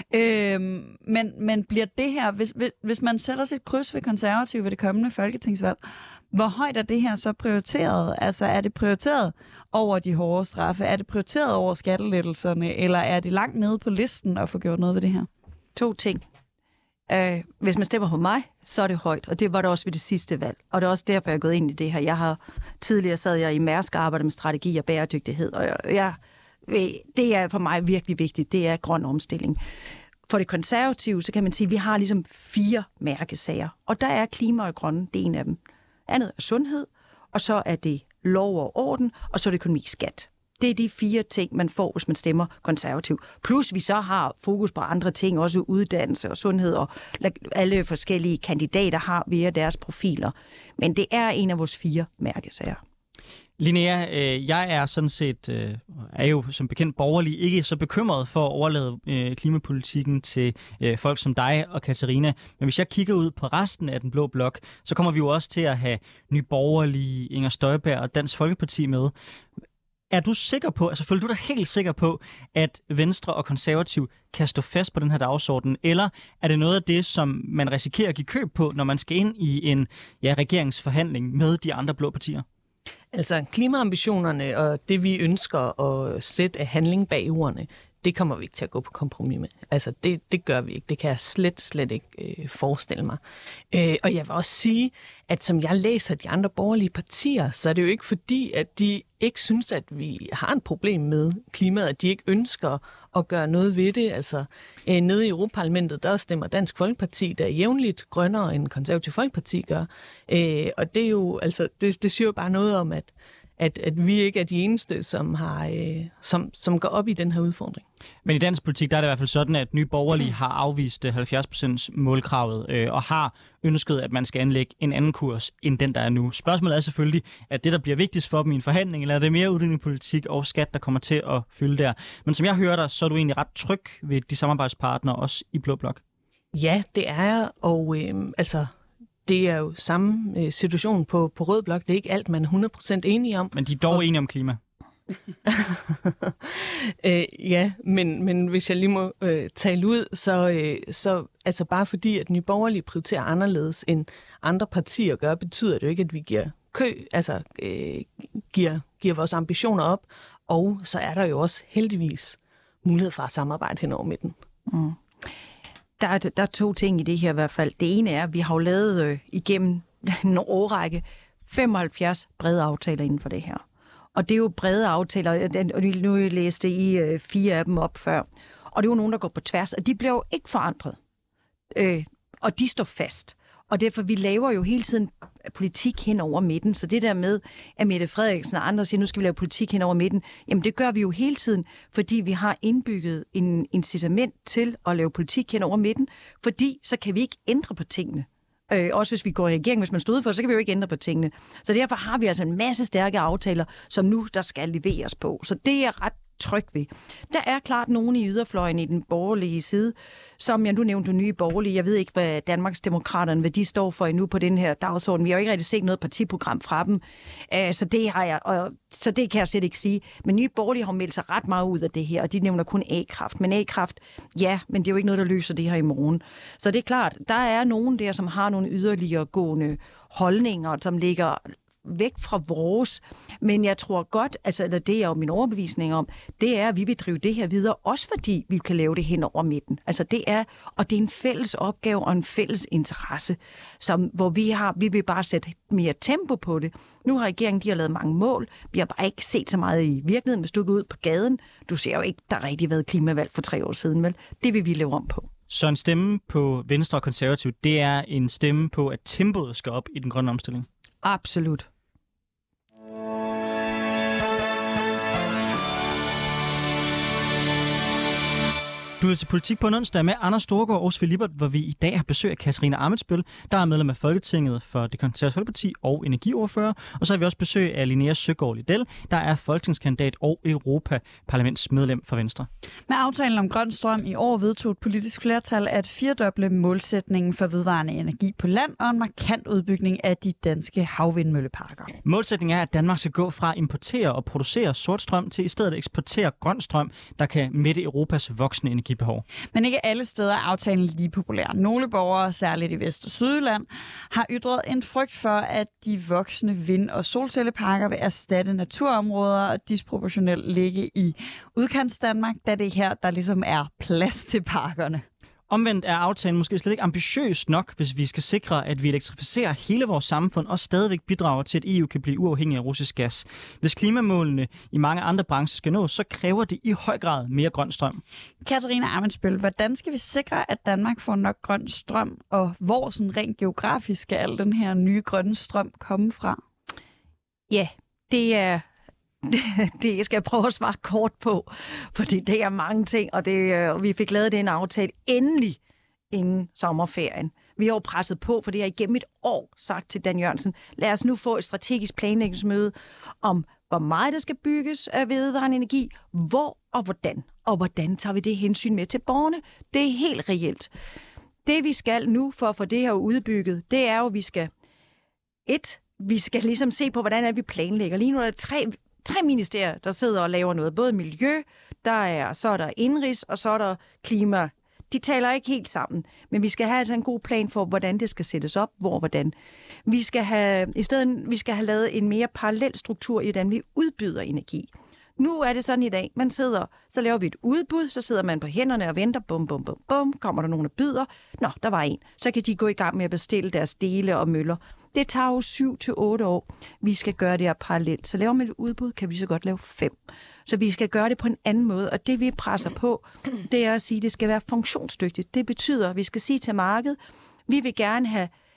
Øhm, men, men bliver det her, hvis, hvis, hvis man sætter sit kryds ved konservativ ved det kommende folketingsvalg, hvor højt er det her så prioriteret? Altså, er det prioriteret over de hårde straffe? Er det prioriteret over skattelettelserne? Eller er det langt nede på listen at få gjort noget ved det her? To ting. Uh, hvis man stemmer på mig, så er det højt. Og det var det også ved det sidste valg. Og det er også derfor, jeg er gået ind i det her. Jeg har tidligere sad jeg i Mærsk og arbejdet med strategi og bæredygtighed. Og jeg, jeg, det er for mig virkelig vigtigt. Det er grøn omstilling. For det konservative, så kan man sige, at vi har ligesom fire mærkesager. Og der er klima og grønne, det er en af dem. Andet er sundhed, og så er det lov og orden, og så er det økonomi skat. Det er de fire ting, man får, hvis man stemmer konservativ. Plus vi så har fokus på andre ting, også uddannelse og sundhed, og alle forskellige kandidater har via deres profiler. Men det er en af vores fire mærkesager. Linnea, øh, jeg er sådan set, øh, er jo som bekendt borgerlig, ikke så bekymret for at overlade øh, klimapolitikken til øh, folk som dig og Katarina. Men hvis jeg kigger ud på resten af den blå blok, så kommer vi jo også til at have Nye Borgerlige, Inger Støjberg og Dansk Folkeparti med. Er du sikker på, altså føler du dig helt sikker på, at Venstre og Konservativ kan stå fast på den her dagsorden, eller er det noget af det, som man risikerer at give køb på, når man skal ind i en ja, regeringsforhandling med de andre blå partier? Altså klimaambitionerne og det, vi ønsker at sætte af handling bag ordene, det kommer vi ikke til at gå på kompromis med. Altså det, det gør vi ikke. Det kan jeg slet, slet ikke øh, forestille mig. Øh, og jeg vil også sige, at som jeg læser de andre borgerlige partier, så er det jo ikke fordi, at de ikke synes, at vi har et problem med klimaet, at de ikke ønsker at gøre noget ved det. Altså øh, nede i Europaparlamentet, der stemmer Dansk Folkeparti, der er jævnligt grønnere end Konservativ Folkeparti gør. Øh, og det er jo, altså, det, det siger jo bare noget om, at at, at vi ikke er de eneste, som, har, øh, som, som går op i den her udfordring. Men i dansk politik, der er det i hvert fald sådan, at Nye Borgerlige har afvist halvfjerds procent målkravet øh, og har ønsket, at man skal anlægge en anden kurs end den, der er nu. Spørgsmålet er selvfølgelig, at det, der bliver vigtigst for dem i en forhandling, eller er det mere udlændingepolitik og skat, der kommer til at fylde der. Men som jeg hører dig, så er du egentlig ret tryg ved de samarbejdspartnere, også i Blå Blok. Ja, det er jeg, og øh, altså... Det er jo samme øh, situation på, på Rød Blok. Det er ikke alt, man er hundrede procent enige om. Men de er dog og... enige om klima. øh, ja, men, men hvis jeg lige må øh, tale ud, så, øh, så altså bare fordi, at Nye Borgerlige prioriterer anderledes end andre partier gør, betyder det jo ikke, at vi giver kø, altså øh, giver, giver vores ambitioner op. Og så er der jo også heldigvis mulighed for at samarbejde hen over midten. Mm. Der er, der er to ting i det her i hvert fald. Det ene er, at vi har jo lavet øh, igennem en årrække femoghalvfjerds brede aftaler inden for det her. Og det er jo brede aftaler, og nu læste I øh, fire af dem op før. Og det er jo nogen, der går på tværs, og de bliver jo ikke forandret. Øh, og de står fast. Og derfor, vi laver jo hele tiden politik hen over midten. Så det der med, at Mette Frederiksen og andre siger, nu skal vi lave politik hen over midten, jamen det gør vi jo hele tiden, fordi vi har indbygget en incitament til at lave politik hen over midten, fordi så kan vi ikke ændre på tingene. Øh, også hvis vi går i regering, hvis man stod for, så kan vi jo ikke ændre på tingene. Så derfor har vi altså en masse stærke aftaler, som nu der skal leveres på. Så det er ret tryg ved. Der er klart nogen i yderfløjen i den borgerlige side, som jeg nu nævnte nye borgerlige. Jeg ved ikke, hvad Danmarksdemokraterne, hvad de står for endnu på den her dagsorden. Vi har jo ikke rigtig set noget partiprogram fra dem, så det har jeg, og, så det kan jeg slet ikke sige. Men nye borgerlige har meldt sig ret meget ud af det her, og de nævner kun A-kraft. Men A-kraft, ja, men det er jo ikke noget, der løser det her i morgen. Så det er klart, der er nogen der, som har nogle yderligere gående holdninger, som ligger væk fra vores, men jeg tror godt, altså eller det er jo min overbevisning om, det er, at vi vil drive det her videre, også fordi vi kan lave det hen over midten. Altså det er, og det er en fælles opgave og en fælles interesse, som, hvor vi har, vi vil bare sætte mere tempo på det. Nu har regeringen, de har lavet mange mål, vi har bare ikke set så meget i virkeligheden, hvis du går ud på gaden. Du ser jo ikke, der rigtig været klimavalg for tre år siden, vel? Det vil vi lave om på. Så en stemme på Venstre og Konservativ, det er en stemme på, at tempoet skal op i den grønne omstilling? Absolut. Du er til Politik på en onsdag med Anders Storgård og Sofie Lippert, hvor vi i dag har besøg af Katarina Ammitzbøll, der er medlem af Folketinget for Det Konservative Folkeparti og energiordfører. Og så har vi også besøg af Linnea Søgaard-Lidell, der er folketingskandidat og Europaparlamentsmedlem for Venstre. Med aftalen om grøn strøm i år vedtog et politisk flertal at firedoble målsætningen for vedvarende energi på land og en markant udbygning af de danske havvindmølleparker. Målsætningen er, at Danmark skal gå fra at importere og producere sort strøm til i stedet at eksportere grøn strøm, der kan mætte Europas voksende energi. Behov. Men ikke alle steder er aftalen lige populær. Nogle borgere, særligt i Vest- og Sydjylland, har ytret en frygt for, at de voksne vind- og solcelleparker vil erstatte naturområder og disproportionelt ligge i udkantsdanmark, da det er her, der ligesom er plads til parkerne. Omvendt er aftalen måske slet ikke ambitiøs nok, hvis vi skal sikre, at vi elektrificerer hele vores samfund og stadigvæk bidrager til, at E U kan blive uafhængig af russisk gas. Hvis klimamålene i mange andre brancher skal nås, så kræver det i høj grad mere grøn strøm. Katarina Ammitzbøll, hvordan skal vi sikre, at Danmark får nok grøn strøm, og hvor sådan rent geografisk skal al den her nye grønne strøm komme fra? Ja, det er... Det skal jeg prøve at svare kort på, fordi det er mange ting, og det, og vi fik lavet den aftale endelig inden sommerferien. Vi har jo presset på, for det har igennem et år sagt til Dan Jørgensen, lad os nu få et strategisk planlægningsmøde om, hvor meget der skal bygges af vedvarende energi, hvor og hvordan, og hvordan tager vi det hensyn med til borgerne. Det er helt reelt. Det vi skal nu for at få det her udbygget, det er jo, at vi skal, et, vi skal ligesom se på, hvordan er vi planlægger. Lige nu er der tre Tre ministerier, der sidder og laver noget. Både miljø, der er, så er der indrigs, og så er der klima. De taler ikke helt sammen, men vi skal have altså en god plan for, hvordan det skal sættes op, hvor og hvordan. Vi skal have, i stedet, vi skal have lavet en mere parallel struktur i, hvordan vi udbyder energi. Nu er det sådan i dag, man sidder, så laver vi et udbud, så sidder man på hænderne og venter, bum, bum, bum, bum, kommer der nogen, der byder. Nå, der var en. Så kan de gå i gang med at bestille deres dele og møller. Det tager jo syv til otte år. Vi skal gøre det her parallelt. Så laver man et udbud, kan vi så godt lave fem. Så vi skal gøre det på en anden måde, og det vi presser på, det er at sige, at det skal være funktionsdygtigt. Det betyder, at vi skal sige til markedet, vi vil gerne have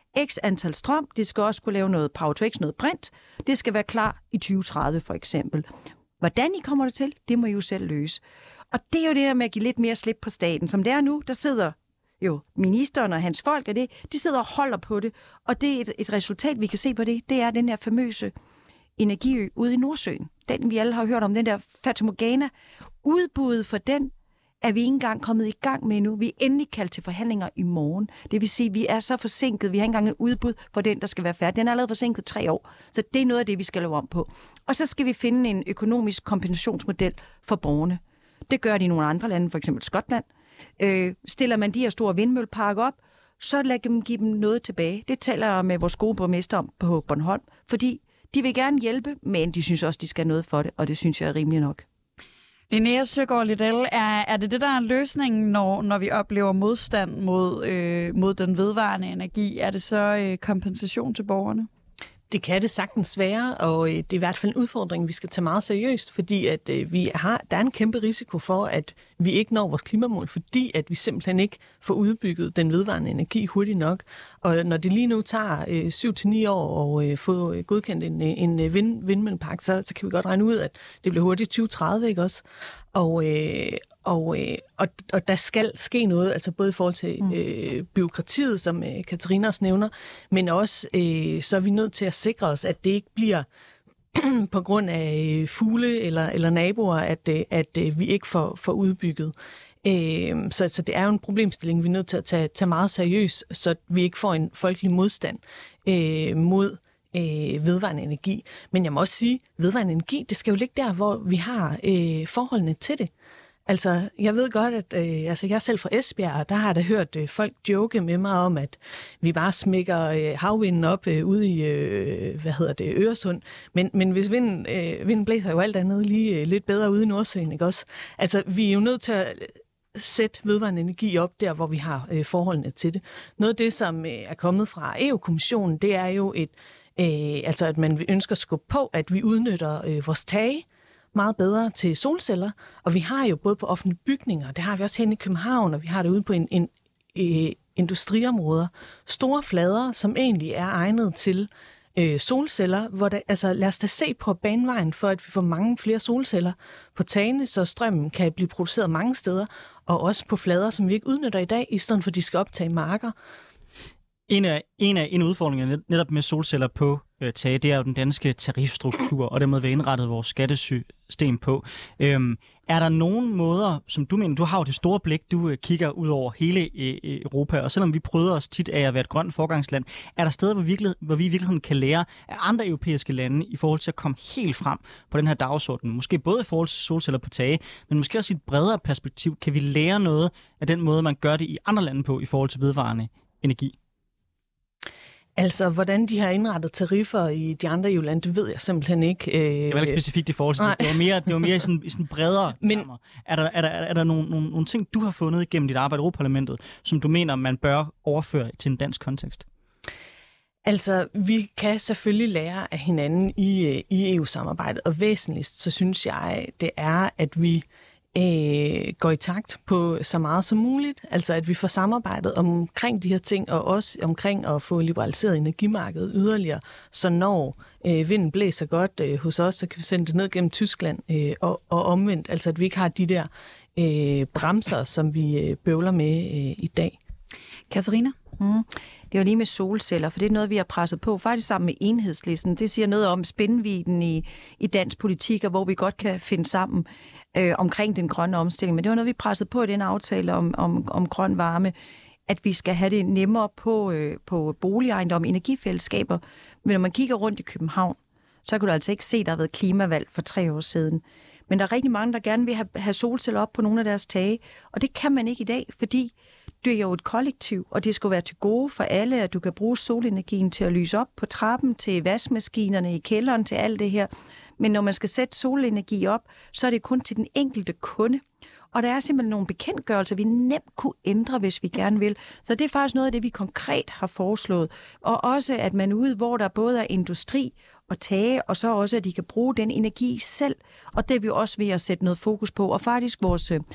x antal strøm, det skal også kunne lave noget power to x, noget brint, det skal være klar i tyve tredive for eksempel. Hvordan I kommer det til, det må I jo selv løse. Og det er jo det der med at give lidt mere slip på staten. Som det er nu, der sidder jo ministeren og hans folk, og det, de sidder og holder på det. Og det er et, et resultat, vi kan se på det, det er den der famøse energiø ude i Nordsøen. Den, vi alle har hørt om, den der Fatamorgana. Udbuddet for den er vi ikke engang kommet i gang med nu. Vi er endelig kaldt til forhandlinger i morgen. Det vil sige, at vi er så forsinket. Vi har ikke engang en udbud for den, der skal være færdig. Den er allerede forsinket tre år. Så det er noget af det, vi skal lave om på. Og så skal vi finde en økonomisk kompensationsmodel for borgerne. Det gør de i nogle andre lande, for eksempel Skotland. Øh, stiller man de her store vindmølleparker op, så lad dem give dem noget tilbage. Det taler jeg med vores gode borgmester om på Bornholm, fordi de vil gerne hjælpe, men de synes også, de skal have noget for det, og det synes jeg er rimeligt nok. Linnea Søgaard Lidell, er, er det det, der er løsningen, når, når vi oplever modstand mod, øh, mod den vedvarende energi? Er det så øh, kompensation til borgerne? Det kan det sagtens være, og det er i hvert fald en udfordring, vi skal tage meget seriøst, fordi at vi har, der er en kæmpe risiko for, at vi ikke når vores klimamål, fordi at vi simpelthen ikke får udbygget den vedvarende energi hurtigt nok. Og når det lige nu tager syv til ni år at få godkendt en, en vind, vindmøllepark, så, så kan vi godt regne ud, at det bliver hurtigt tyve tredive, ikke også? Og, øh, og, øh, og, og der skal ske noget, altså både i forhold til øh, byråkratiet, som øh, Katarina også nævner, men også øh, så er vi nødt til at sikre os, at det ikke bliver på grund af fugle eller, eller naboer, at, øh, at øh, vi ikke får, får udbygget. Øh, så, så det er jo en problemstilling, vi er nødt til at tage, tage meget seriøst, så vi ikke får en folkelig modstand øh, mod Øh, vedvarende energi. Men jeg må også sige, at vedvarende energi, det skal jo ligge der, hvor vi har øh, forholdene til det. Altså, jeg ved godt, at øh, altså, jeg er selv fra Esbjerg, og der har jeg da hørt øh, folk joke med mig om, at vi bare smækker øh, havvinden op øh, ude i, øh, hvad hedder det, Øresund. Men, men hvis vinden, øh, vinden blæser jo alt andet lige øh, lidt bedre ude i Nordsøen, ikke også? Altså, vi er jo nødt til at sætte vedvarende energi op der, hvor vi har øh, forholdene til det. Noget af det, som øh, er kommet fra E U-kommissionen, det er jo et Øh, altså at man ønsker at skubbe på, at vi udnytter øh, vores tage meget bedre til solceller. Og vi har jo både på offentlige bygninger, det har vi også herinde i København, og vi har det ude på en, en, en industriområder, store flader, som egentlig er egnet til øh, solceller. Hvor der, altså, lad os da se på banevejen for, at vi får mange flere solceller på tagene, så strømmen kan blive produceret mange steder, og også på flader, som vi ikke udnytter i dag, i stedet for at de skal optage marker. En af, en af en udfordringer netop med solceller på øh, tage, det er jo den danske tarifstruktur, og den måde, vi har indrettet vores skattesystem på. Øhm, er der nogen måder, som du mener, du har jo det store blik, du øh, kigger ud over hele øh, Europa, og selvom vi prøver os tit af at være et grønt forgangsland, er der steder, hvor, virkelig, hvor vi i virkeligheden kan lære af andre europæiske lande i forhold til at komme helt frem på den her dagsorden? Måske både i forhold til solceller på tage, men måske også i et bredere perspektiv. Kan vi lære noget af den måde, man gør det i andre lande på i forhold til vedvarende energi? Altså, hvordan de har indrettet tariffer i de andre E U-lande, det ved jeg simpelthen ikke. Det var ikke specifikt i forhold til det. Det var mere, det var mere i sådan, i sådan bredere Men, termer. Er der, er der, er der nogle, nogle, nogle ting, du har fundet gennem dit arbejde i Europaparlamentet, som du mener, man bør overføre til en dansk kontekst? Altså, vi kan selvfølgelig lære af hinanden i, i E U-samarbejdet, og væsentligst, så synes jeg, det er, at vi øh, går i takt på så meget som muligt. Altså, at vi får samarbejdet omkring de her ting, og også omkring at få liberaliseret energimarkedet yderligere. Så når øh, vinden blæser godt øh, hos os, så kan vi sende det ned gennem Tyskland øh, og, og omvendt. Altså, at vi ikke har de der øh, bremser, som vi øh, bøvler med øh, i dag. Katarina? Mm. Det er jo lige med solceller, for det er noget, vi har presset på, faktisk sammen med Enhedslisten. Det siger noget om spændvidden i, i dansk politik, og hvor vi godt kan finde sammen øh, omkring den grønne omstilling. Men det var noget, vi pressede på i den aftale om, om, om grøn varme, at vi skal have det nemmere på, øh, på boligejendom, energifællesskaber. Men når man kigger rundt i København, så kan du altså ikke se, at der har været klimavalg for tre år siden. Men der er rigtig mange, der gerne vil have, have solceller op på nogle af deres tage, og det kan man ikke i dag, fordi det er jo et kollektiv, og det skal være til gode for alle, at du kan bruge solenergien til at lyse op på trappen, til vaskmaskinerne i kælderen, til alt det her. Men når man skal sætte solenergi op, så er det kun til den enkelte kunde. Og der er simpelthen nogle bekendtgørelser, vi nemt kunne ændre, hvis vi gerne vil. Så det er faktisk noget af det, vi konkret har foreslået. Og også, at man ude, hvor der både er industri og tage, og så også, at de kan bruge den energi selv. Og det er vi også ved at sætte noget fokus på. Og faktisk vores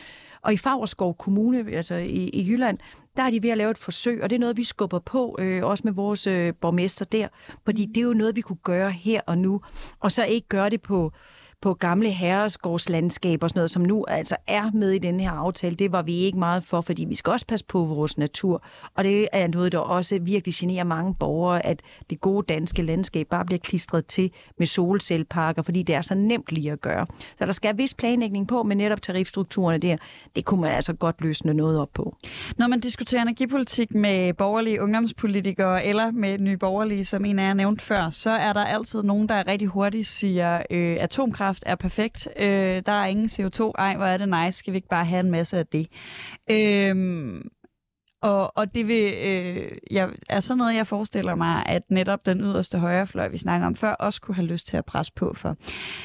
Og i Favrskov Kommune, altså i, i Jylland, der er de ved at lave et forsøg, og det er noget, vi skubber på, øh, også med vores øh, borgmester der, fordi det er jo noget, vi kunne gøre her og nu, og så ikke gøre det på på gamle herresgårdslandskaber og sådan noget, som nu altså er med i den her aftale. Det var vi ikke meget for, fordi vi skal også passe på vores natur. Og det er noget, der også virkelig generer mange borgere, at det gode danske landskab bare bliver klistret til med solcelleparker, fordi det er så nemt lige at gøre. Så der skal vis planlægning på, men netop tarifstrukturerne der, det kunne man altså godt løsne noget op på. Når man diskuterer energipolitik med borgerlige ungdomspolitikere eller med nye borgerlige, som en af jer nævnt før, så er der altid nogen, der rigtig hurtigt siger, øh, atomkraft er perfekt. Øh, der er ingen C O to. Ej, hvor er det nice. Skal vi ikke bare have en masse af det? Øh, og, og det vil, øh, jeg, er sådan noget, jeg forestiller mig, at netop den yderste højrefløj, vi snakker om før, også kunne have lyst til at presse på for.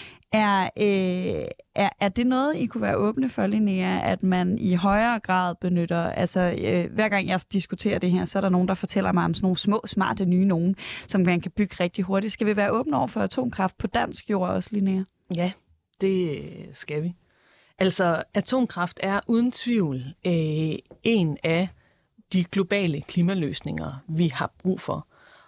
Er, øh, er, er det noget, I kunne være åbne for, Linnea, at man i højere grad benytter, altså øh, hver gang jeg diskuterer det her, så er der nogen, der fortæller mig om sådan nogle små, smarte nye nogen, som man kan bygge rigtig hurtigt. Skal vi være åbne over for atomkraft på dansk jord også, Linnea? Ja, det skal vi. Altså, atomkraft er uden tvivl øh, en af de globale klimaløsninger, vi har brug for.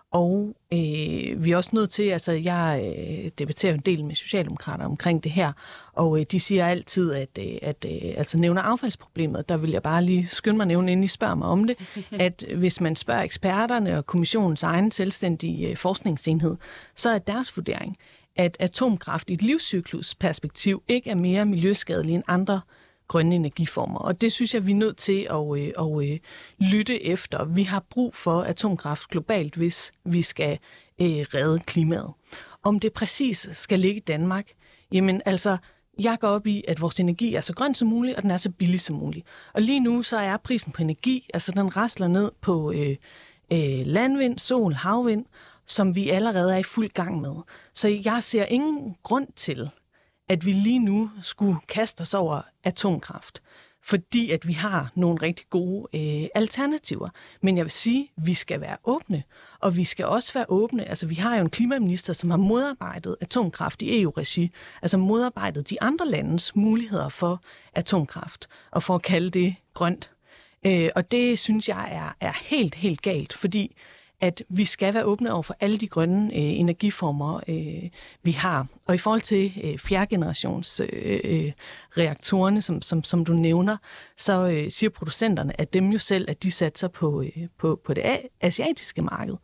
Og øh, vi er også nødt til, altså jeg øh, debatterer en del med socialdemokrater omkring det her, og øh, de siger altid, at, øh, at øh, altså nævner affaldsproblemet, der vil jeg bare lige skynde mig at nævne, inden I spørger mig om det, at hvis man spørger eksperterne og kommissionens egen selvstændige øh, forskningsenhed, så er deres vurdering, at atomkraft i et livscyklusperspektiv ikke er mere miljøskadelig end andre grønne energiformer. Og det synes jeg, vi er nødt til at, øh, at øh, lytte efter. Vi har brug for atomkraft globalt, hvis vi skal øh, redde klimaet. Om det præcis skal ligge i Danmark, jamen altså, jeg går op i, at vores energi er så grøn som muligt, og den er så billig som muligt. Og lige nu så er prisen på energi, altså den rasler ned på øh, øh, landvind, sol, havvind, som vi allerede er i fuld gang med. Så jeg ser ingen grund til, at vi lige nu skulle kaste os over atomkraft, fordi at vi har nogle rigtig gode øh, alternativer. Men jeg vil sige, at vi skal være åbne, og vi skal også være åbne. Altså, vi har jo en klimaminister, som har modarbejdet atomkraft i E U-regi, altså modarbejdet de andre landes muligheder for atomkraft, og for at kalde det grønt. Øh, og det synes jeg er, er helt, helt galt, fordi at vi skal være åbne over for alle de grønne øh, energiformer, øh, vi har. Og i forhold til øh, fjerdegenerations øh, øh, reaktorerne, som, som, som du nævner, så øh, siger producenterne, at dem jo selv, at de satser på, øh, på, på det asiatiske marked.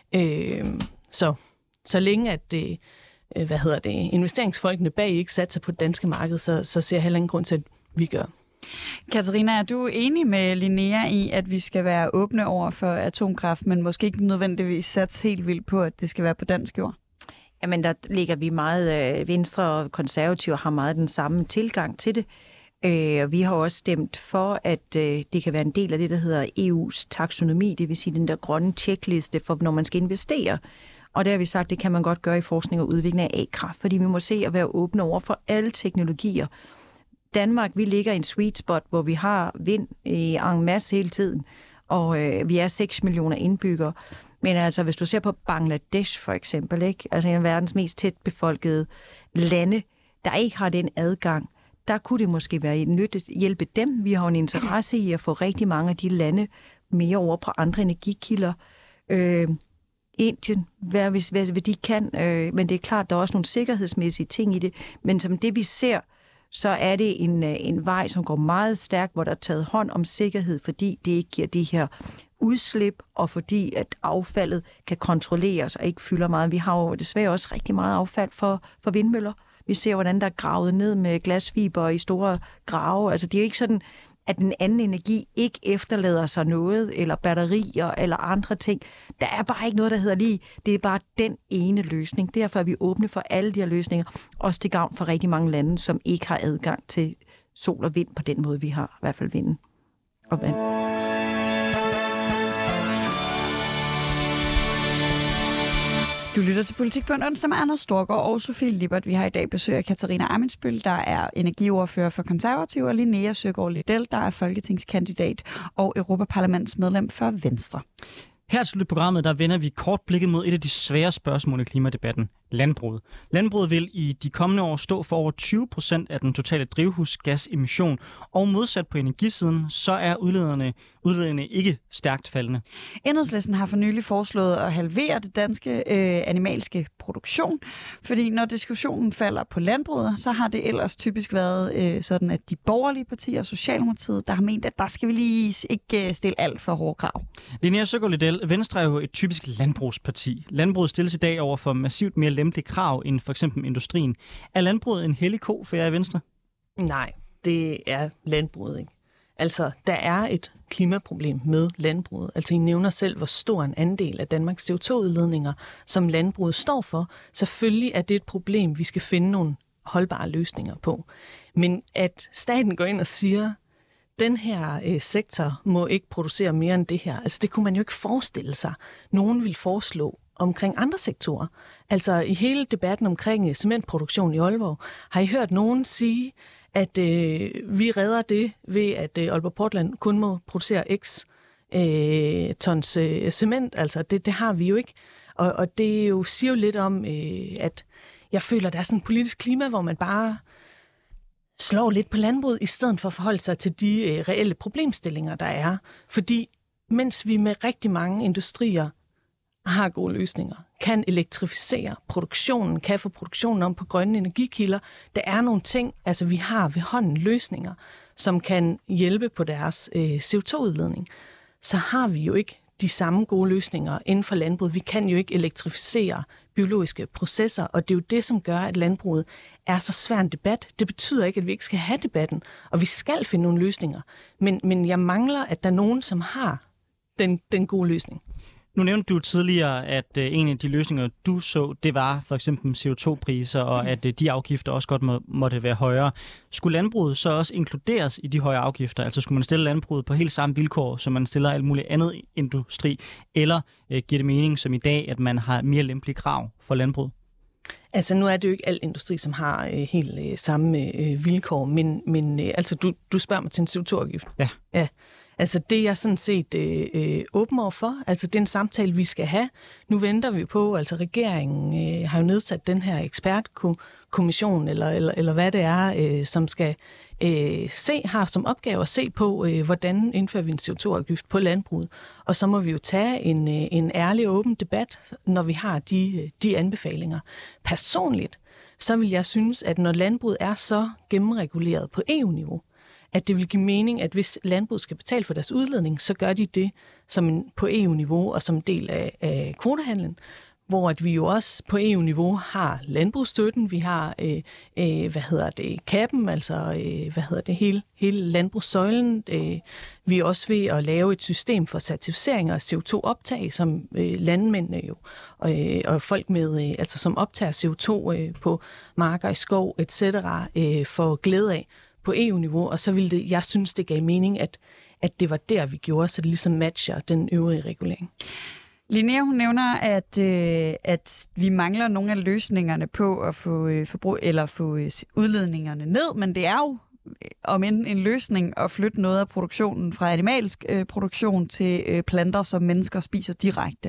Øh, så, så længe at det, øh, hvad hedder det, investeringsfolkene bag ikke satser på det danske marked, så, så ser jeg heller ingen grund til, at vi gør. Katarina, er du enig med Linnea i, at vi skal være åbne over for atomkraft, men måske ikke nødvendigvis satse helt vildt på, at det skal være på dansk jord? Jamen, der ligger vi meget, øh, Venstre og Konservative har meget den samme tilgang til det. Øh, vi har også stemt for, at øh, det kan være en del af det, der hedder E U's taksonomi, det vil sige den der grønne checkliste for, når man skal investere. Og der har vi sagt, det kan man godt gøre i forskning og udvikling af A-kraft, fordi vi må se at være åbne over for alle teknologier. Danmark, vi ligger i en sweet spot, hvor vi har vind i en masse hele tiden, og øh, vi er seks millioner indbyggere. Men altså, hvis du ser på Bangladesh for eksempel, ikke? Altså en af verdens mest tæt befolkede lande, der ikke har den adgang, der kunne det måske være nyttigt at hjælpe dem. Vi har en interesse i at få rigtig mange af de lande mere over på andre energikilder. Øh, Indien, hvad, hvis, hvad, hvad de kan, øh, men det er klart, der er også nogle sikkerhedsmæssige ting i det. Men som det vi ser, så er det en, en vej, som går meget stærkt, hvor der er taget hånd om sikkerhed, fordi det ikke giver de her udslip, og fordi at affaldet kan kontrolleres og ikke fylder meget. Vi har jo desværre også rigtig meget affald for, for vindmøller. Vi ser, hvordan der er gravet ned med glasfiber i store grave. Altså, det er jo ikke sådan, at den anden energi ikke efterlader sig noget, eller batterier, eller andre ting. Der er bare ikke noget, der hedder lige, det er bare den ene løsning. Derfor er vi åbne for alle de her løsninger, også til gavn for rigtig mange lande, som ikke har adgang til sol og vind på den måde, vi har, i hvert fald vinden og vand. Du lytter til Politik på en onsdag med Anders Storgård og Sofie Lippert. Vi har i dag besøg af Katarina Ammitzbøll, der er energiordfører for Konservative, og Linnea Søgaard-Lidell, der er folketingskandidat og Europaparlamentsmedlem for Venstre. Her til programmet, der vender vi kort blikket mod et af de svære spørgsmål i klimadebatten. landbruget. Landbruget vil i de kommende år stå for over tyve procent af den totale drivhusgasemission, og modsat på energisiden, så er udlederne, udlederne ikke stærkt faldende. Enhedslisten har for nylig foreslået at halvere det danske øh, animalske produktion, fordi når diskussionen falder på landbruget, så har det ellers typisk været øh, sådan, at de borgerlige partier og Socialdemokratiet, der har ment, at der skal vi lige ikke stille alt for hårde krav. Linnea Søgaard-Lidell, Venstre er jo et typisk landbrugsparti. Landbruget stilles i dag over for massivt mere lempelige krav end for eksempel industrien. Er landbruget en hellig ko for jer i Venstre? Nej, det er landbruget ikke. Altså, der er et klimaproblem med landbruget. Altså, I nævner selv, hvor stor en andel af Danmarks C O to udledninger, som landbruget står for. Selvfølgelig er det et problem, vi skal finde nogle holdbare løsninger på. Men at staten går ind og siger, den her øh, sektor må ikke producere mere end det her, altså det kunne man jo ikke forestille sig. Nogen vil foreslå omkring andre sektorer. Altså i hele debatten omkring cementproduktion i Aalborg, har I hørt nogen sige, at øh, vi redder det ved, at øh, Aalborg Portland kun må producere x øh, tons øh, cement. Altså det, det har vi jo ikke. Og, og det jo siger jo lidt om, øh, at jeg føler, der er sådan et politisk klima, hvor man bare slår lidt på landbruget, i stedet for at forholde sig til de øh, reelle problemstillinger, der er. Fordi mens vi med rigtig mange industrier har gode løsninger, kan elektrificere produktionen, kan få produktionen om på grønne energikilder, der er nogle ting, altså vi har ved hånden løsninger, som kan hjælpe på deres øh, C O to udledning, så har vi jo ikke de samme gode løsninger inden for landbruget. Vi kan jo ikke elektrificere biologiske processer, og det er jo det, som gør, at landbruget er så svær en debat. Det betyder ikke, at vi ikke skal have debatten, og vi skal finde nogle løsninger. Men, men jeg mangler, at der er nogen, som har den, den gode løsning. Nu nævnte du tidligere, at øh, en af de løsninger, du så, det var for eksempel C O to priser, og at øh, de afgifter også godt må, måtte være højere. Skulle landbruget så også inkluderes i de høje afgifter? Altså skulle man stille landbruget på helt samme vilkår, som man stiller alt muligt andet industri? Eller øh, giver det mening som i dag, at man har mere lempelige krav for landbruget? Altså nu er det jo ikke al industri, som har øh, helt øh, samme øh, vilkår, men, men øh, altså du, du spørger mig til en C O to afgift. Ja. Ja. Altså det er jeg sådan set øh, øh, åben over for. Altså det er en samtale, vi skal have. Nu venter vi på, altså regeringen øh, har jo nedsat den her ekspertkommission, eller, eller, eller hvad det er, øh, som skal øh, se, har som opgave at se på, øh, hvordan indfører vi en C O to afgift på landbruget. Og så må vi jo tage en, øh, en ærlig og åben debat, når vi har de, de anbefalinger. Personligt, så vil jeg synes, at når landbruget er så gennemreguleret på E U-niveau, at det vil give mening, at hvis landbruget skal betale for deres udledning, så gør de det som en, på E U-niveau og som del af, af kvotehandlen, hvor at vi jo også på E U-niveau har landbrugsstøtten, vi har, øh, øh, hvad hedder det, kappen, altså, øh, hvad hedder det, hele, hele landbrugssøjlen. Øh, vi er også ved at lave et system for certificering og C O to optag, som øh, landmændene jo, og, øh, og folk med, øh, altså som optager C O to øh, på marker i skov, et cetera, øh, får glæde af på E U-niveau, og så ville det, jeg synes, det gav mening, at, at det var der, vi gjorde, så det ligesom matcher den øvrige regulering. Linnea, hun nævner, at, øh, at vi mangler nogle af løsningerne på at få, øh, forbrug, eller få øh, udledningerne ned, men det er jo om en, en løsning at flytte noget af produktionen fra animalsk øh, produktion til øh, planter, som mennesker spiser direkte.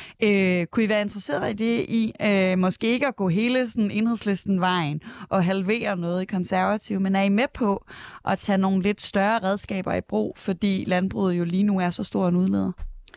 Øh, kunne I være interesseret i det, i øh, måske ikke at gå hele sådan Enhedslisten-vejen og halvere noget i konservativ, men er I med på at tage nogle lidt større redskaber i brug, fordi landbruget jo lige nu er så stor en udleder?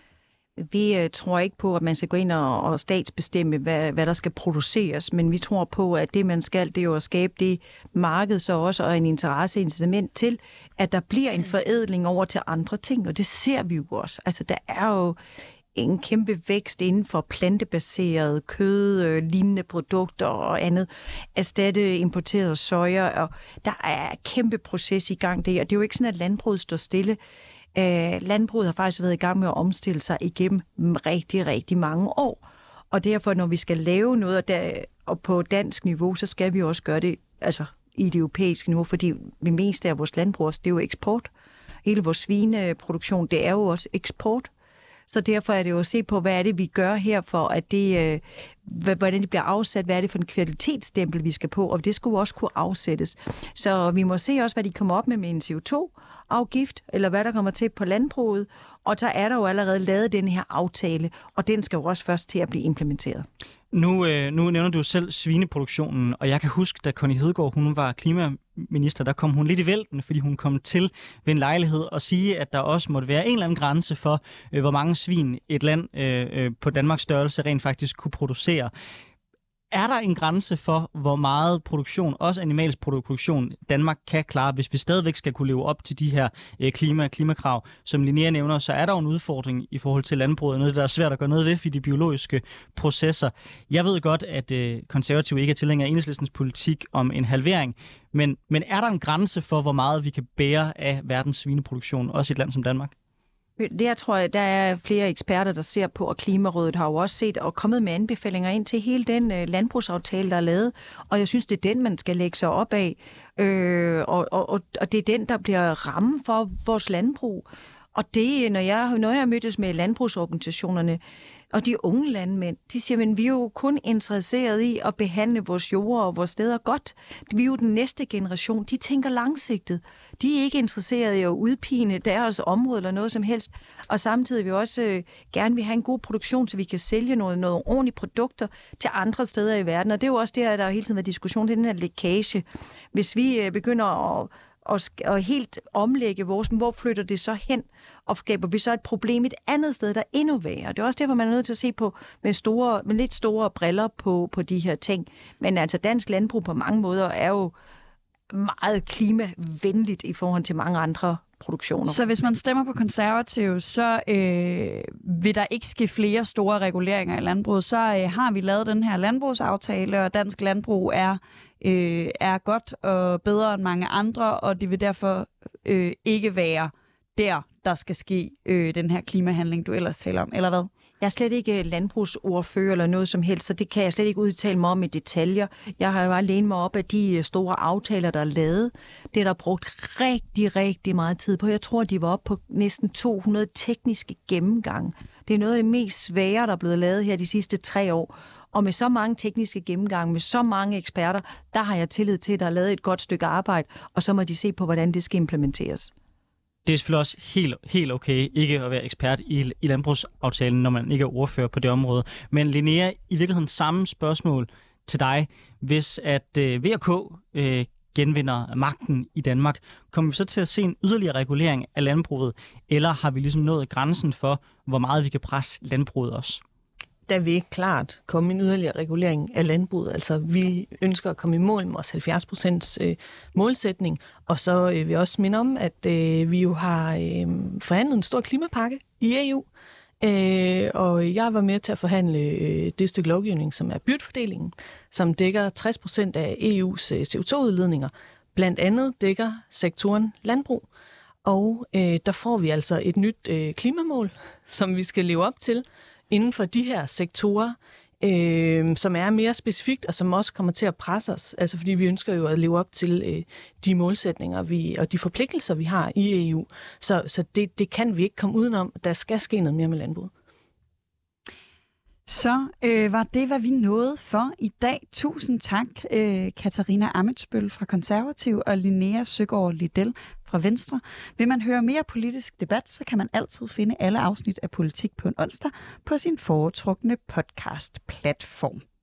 Vi øh, tror ikke på, at man skal gå ind og, og statsbestemme, hvad, hvad der skal produceres, men vi tror på, at det, man skal, det er jo at skabe det marked så også, og en interesse, incitament til, at der bliver en forædling over til andre ting, og det ser vi jo også. Altså, der er jo en kæmpe vækst inden for plantebaseret kød, øh, lignende produkter og andet, erstatte importeret soja, og der er et kæmpe proces i gang der, og det er jo ikke sådan, at landbruget står stille. Uh, landbruget har faktisk været i gang med at omstille sig igennem rigtig, rigtig mange år. Og derfor, når vi skal lave noget der, og på dansk niveau, så skal vi også gøre det altså, i det europæiske niveau, fordi det meste af vores landbrug, det er jo eksport. Hele vores svineproduktion, det er jo også eksport. Så derfor er det jo at se på, hvad er det, vi gør her for, at det, hvordan det bliver afsat, hvad er det for en kvalitetsstempel, vi skal på, og det skulle også kunne afsættes. Så vi må se også, hvad de kommer op med med en C O to afgift, eller hvad der kommer til på landbruget, og så er der jo allerede lavet den her aftale, og den skal jo også først til at blive implementeret. Nu, øh, nu nævner du selv svineproduktionen, og jeg kan huske, da Connie Hedegaard hun var klimaminister, der kom hun lidt i vælten, fordi hun kom til ved en lejlighed at sige, at der også måtte være en eller anden grænse for, øh, hvor mange svin et land øh, øh, på Danmarks størrelse rent faktisk kunne producere. Er der en grænse for, hvor meget produktion, også animalsk produktion, Danmark kan klare, hvis vi stadigvæk skal kunne leve op til de her øh, klima, klimakrav? Som Linnea nævner, så er der jo en udfordring i forhold til landbruget, noget der er svært at gøre noget ved for de biologiske processer. Jeg ved godt, at øh, konservative ikke er tilhængere af Enhedslistens politik om en halvering, men, men er der en grænse for, hvor meget vi kan bære af verdens svineproduktion, også i et land som Danmark? Det jeg tror jeg, der er flere eksperter, der ser på, og Klimarådet har jo også set og kommet med anbefalinger ind til hele den øh, landbrugsaftale, der er lavet. Og jeg synes, det er den, man skal lægge sig op af. Øh, og, og, og det er den, der bliver rammen for vores landbrug. Og det, når jeg, når jeg mødtes med landbrugsorganisationerne, og de unge landmænd, de siger, men vi er jo kun interesseret i at behandle vores jorder og vores steder godt. Vi er jo den næste generation. De tænker langsigtet. De er ikke interesseret i at udpine deres område eller noget som helst. Og samtidig vil vi også øh, gerne vil have en god produktion, så vi kan sælge noget, noget ordentlige produkter til andre steder i verden. Og det er jo også det, der hele tiden været diskussion, det er den her lækage. Hvis vi øh, begynder at Og, og helt omlægge vores, hvor flytter det så hen, og skaber vi så et problem et andet sted, der er endnu værre. Det er også derfor, man er nødt til at se på med, store, med lidt store briller på, på de her ting. Men altså dansk landbrug på mange måder er jo meget klimavenligt i forhold til mange andre produktioner. Så hvis man stemmer på konservative, så øh, vil der ikke ske flere store reguleringer i landbruget. Så øh, har vi lavet den her landbrugsaftale, og dansk landbrug er øh, er godt og bedre end mange andre, og det vil derfor øh, ikke være der, der skal ske øh, den her klimahandling, du ellers taler om, eller hvad? Jeg er slet ikke landbrugsordfører eller noget som helst, så det kan jeg slet ikke udtale mig om i detaljer. Jeg har jo bare lænet mig op af de store aftaler, der er lavet. Det er der brugt rigtig, rigtig meget tid på. Jeg tror, de var oppe på næsten to hundrede tekniske gennemgange. Det er noget af det mest svære, der er blevet lavet her de sidste tre år. Og med så mange tekniske gennemgange, med så mange eksperter, der har jeg tillid til, at der er lavet et godt stykke arbejde, og så må de se på, hvordan det skal implementeres. Det er selvfølgelig også helt, helt okay ikke at være ekspert i, i landbrugsaftalen, når man ikke er ordfører på det område. Men Linnea, i virkeligheden samme spørgsmål til dig. Hvis at øh, V og K øh, genvinder magten i Danmark, kommer vi så til at se en yderligere regulering af landbruget, eller har vi ligesom nået grænsen for, hvor meget vi kan presse landbruget også? Der vil ikke klart komme en yderligere regulering af landbruget. Altså, vi ønsker at komme i mål med vores halvfjerds procents øh, målsætning, og så øh, vil jeg også minde om, at øh, vi jo har øh, forhandlet en stor klimapakke i E U, øh, og jeg var med til at forhandle øh, det stykke lovgivning, som er byrdefordelingen, som dækker tres procent af E U's øh, C O to udledninger. Blandt andet dækker sektoren landbrug, og øh, der får vi altså et nyt øh, klimamål, som vi skal leve op til, inden for de her sektorer, øh, som er mere specifikt, og som også kommer til at presse os. Altså fordi vi ønsker jo at leve op til øh, de målsætninger vi, og de forpligtelser, vi har i E U. Så, så det, det kan vi ikke komme udenom. Der skal ske noget mere med landbruget. Så øh, var det, hvad vi nåede for i dag. Tusind tak, øh, Katarina Ammitzbøll fra Konservativ og Linnea Søgaard Lidell fra Venstre. Vil man høre mere politisk debat, så kan man altid finde alle afsnit af Politik på en onsdag på sin foretrukne podcast-platform.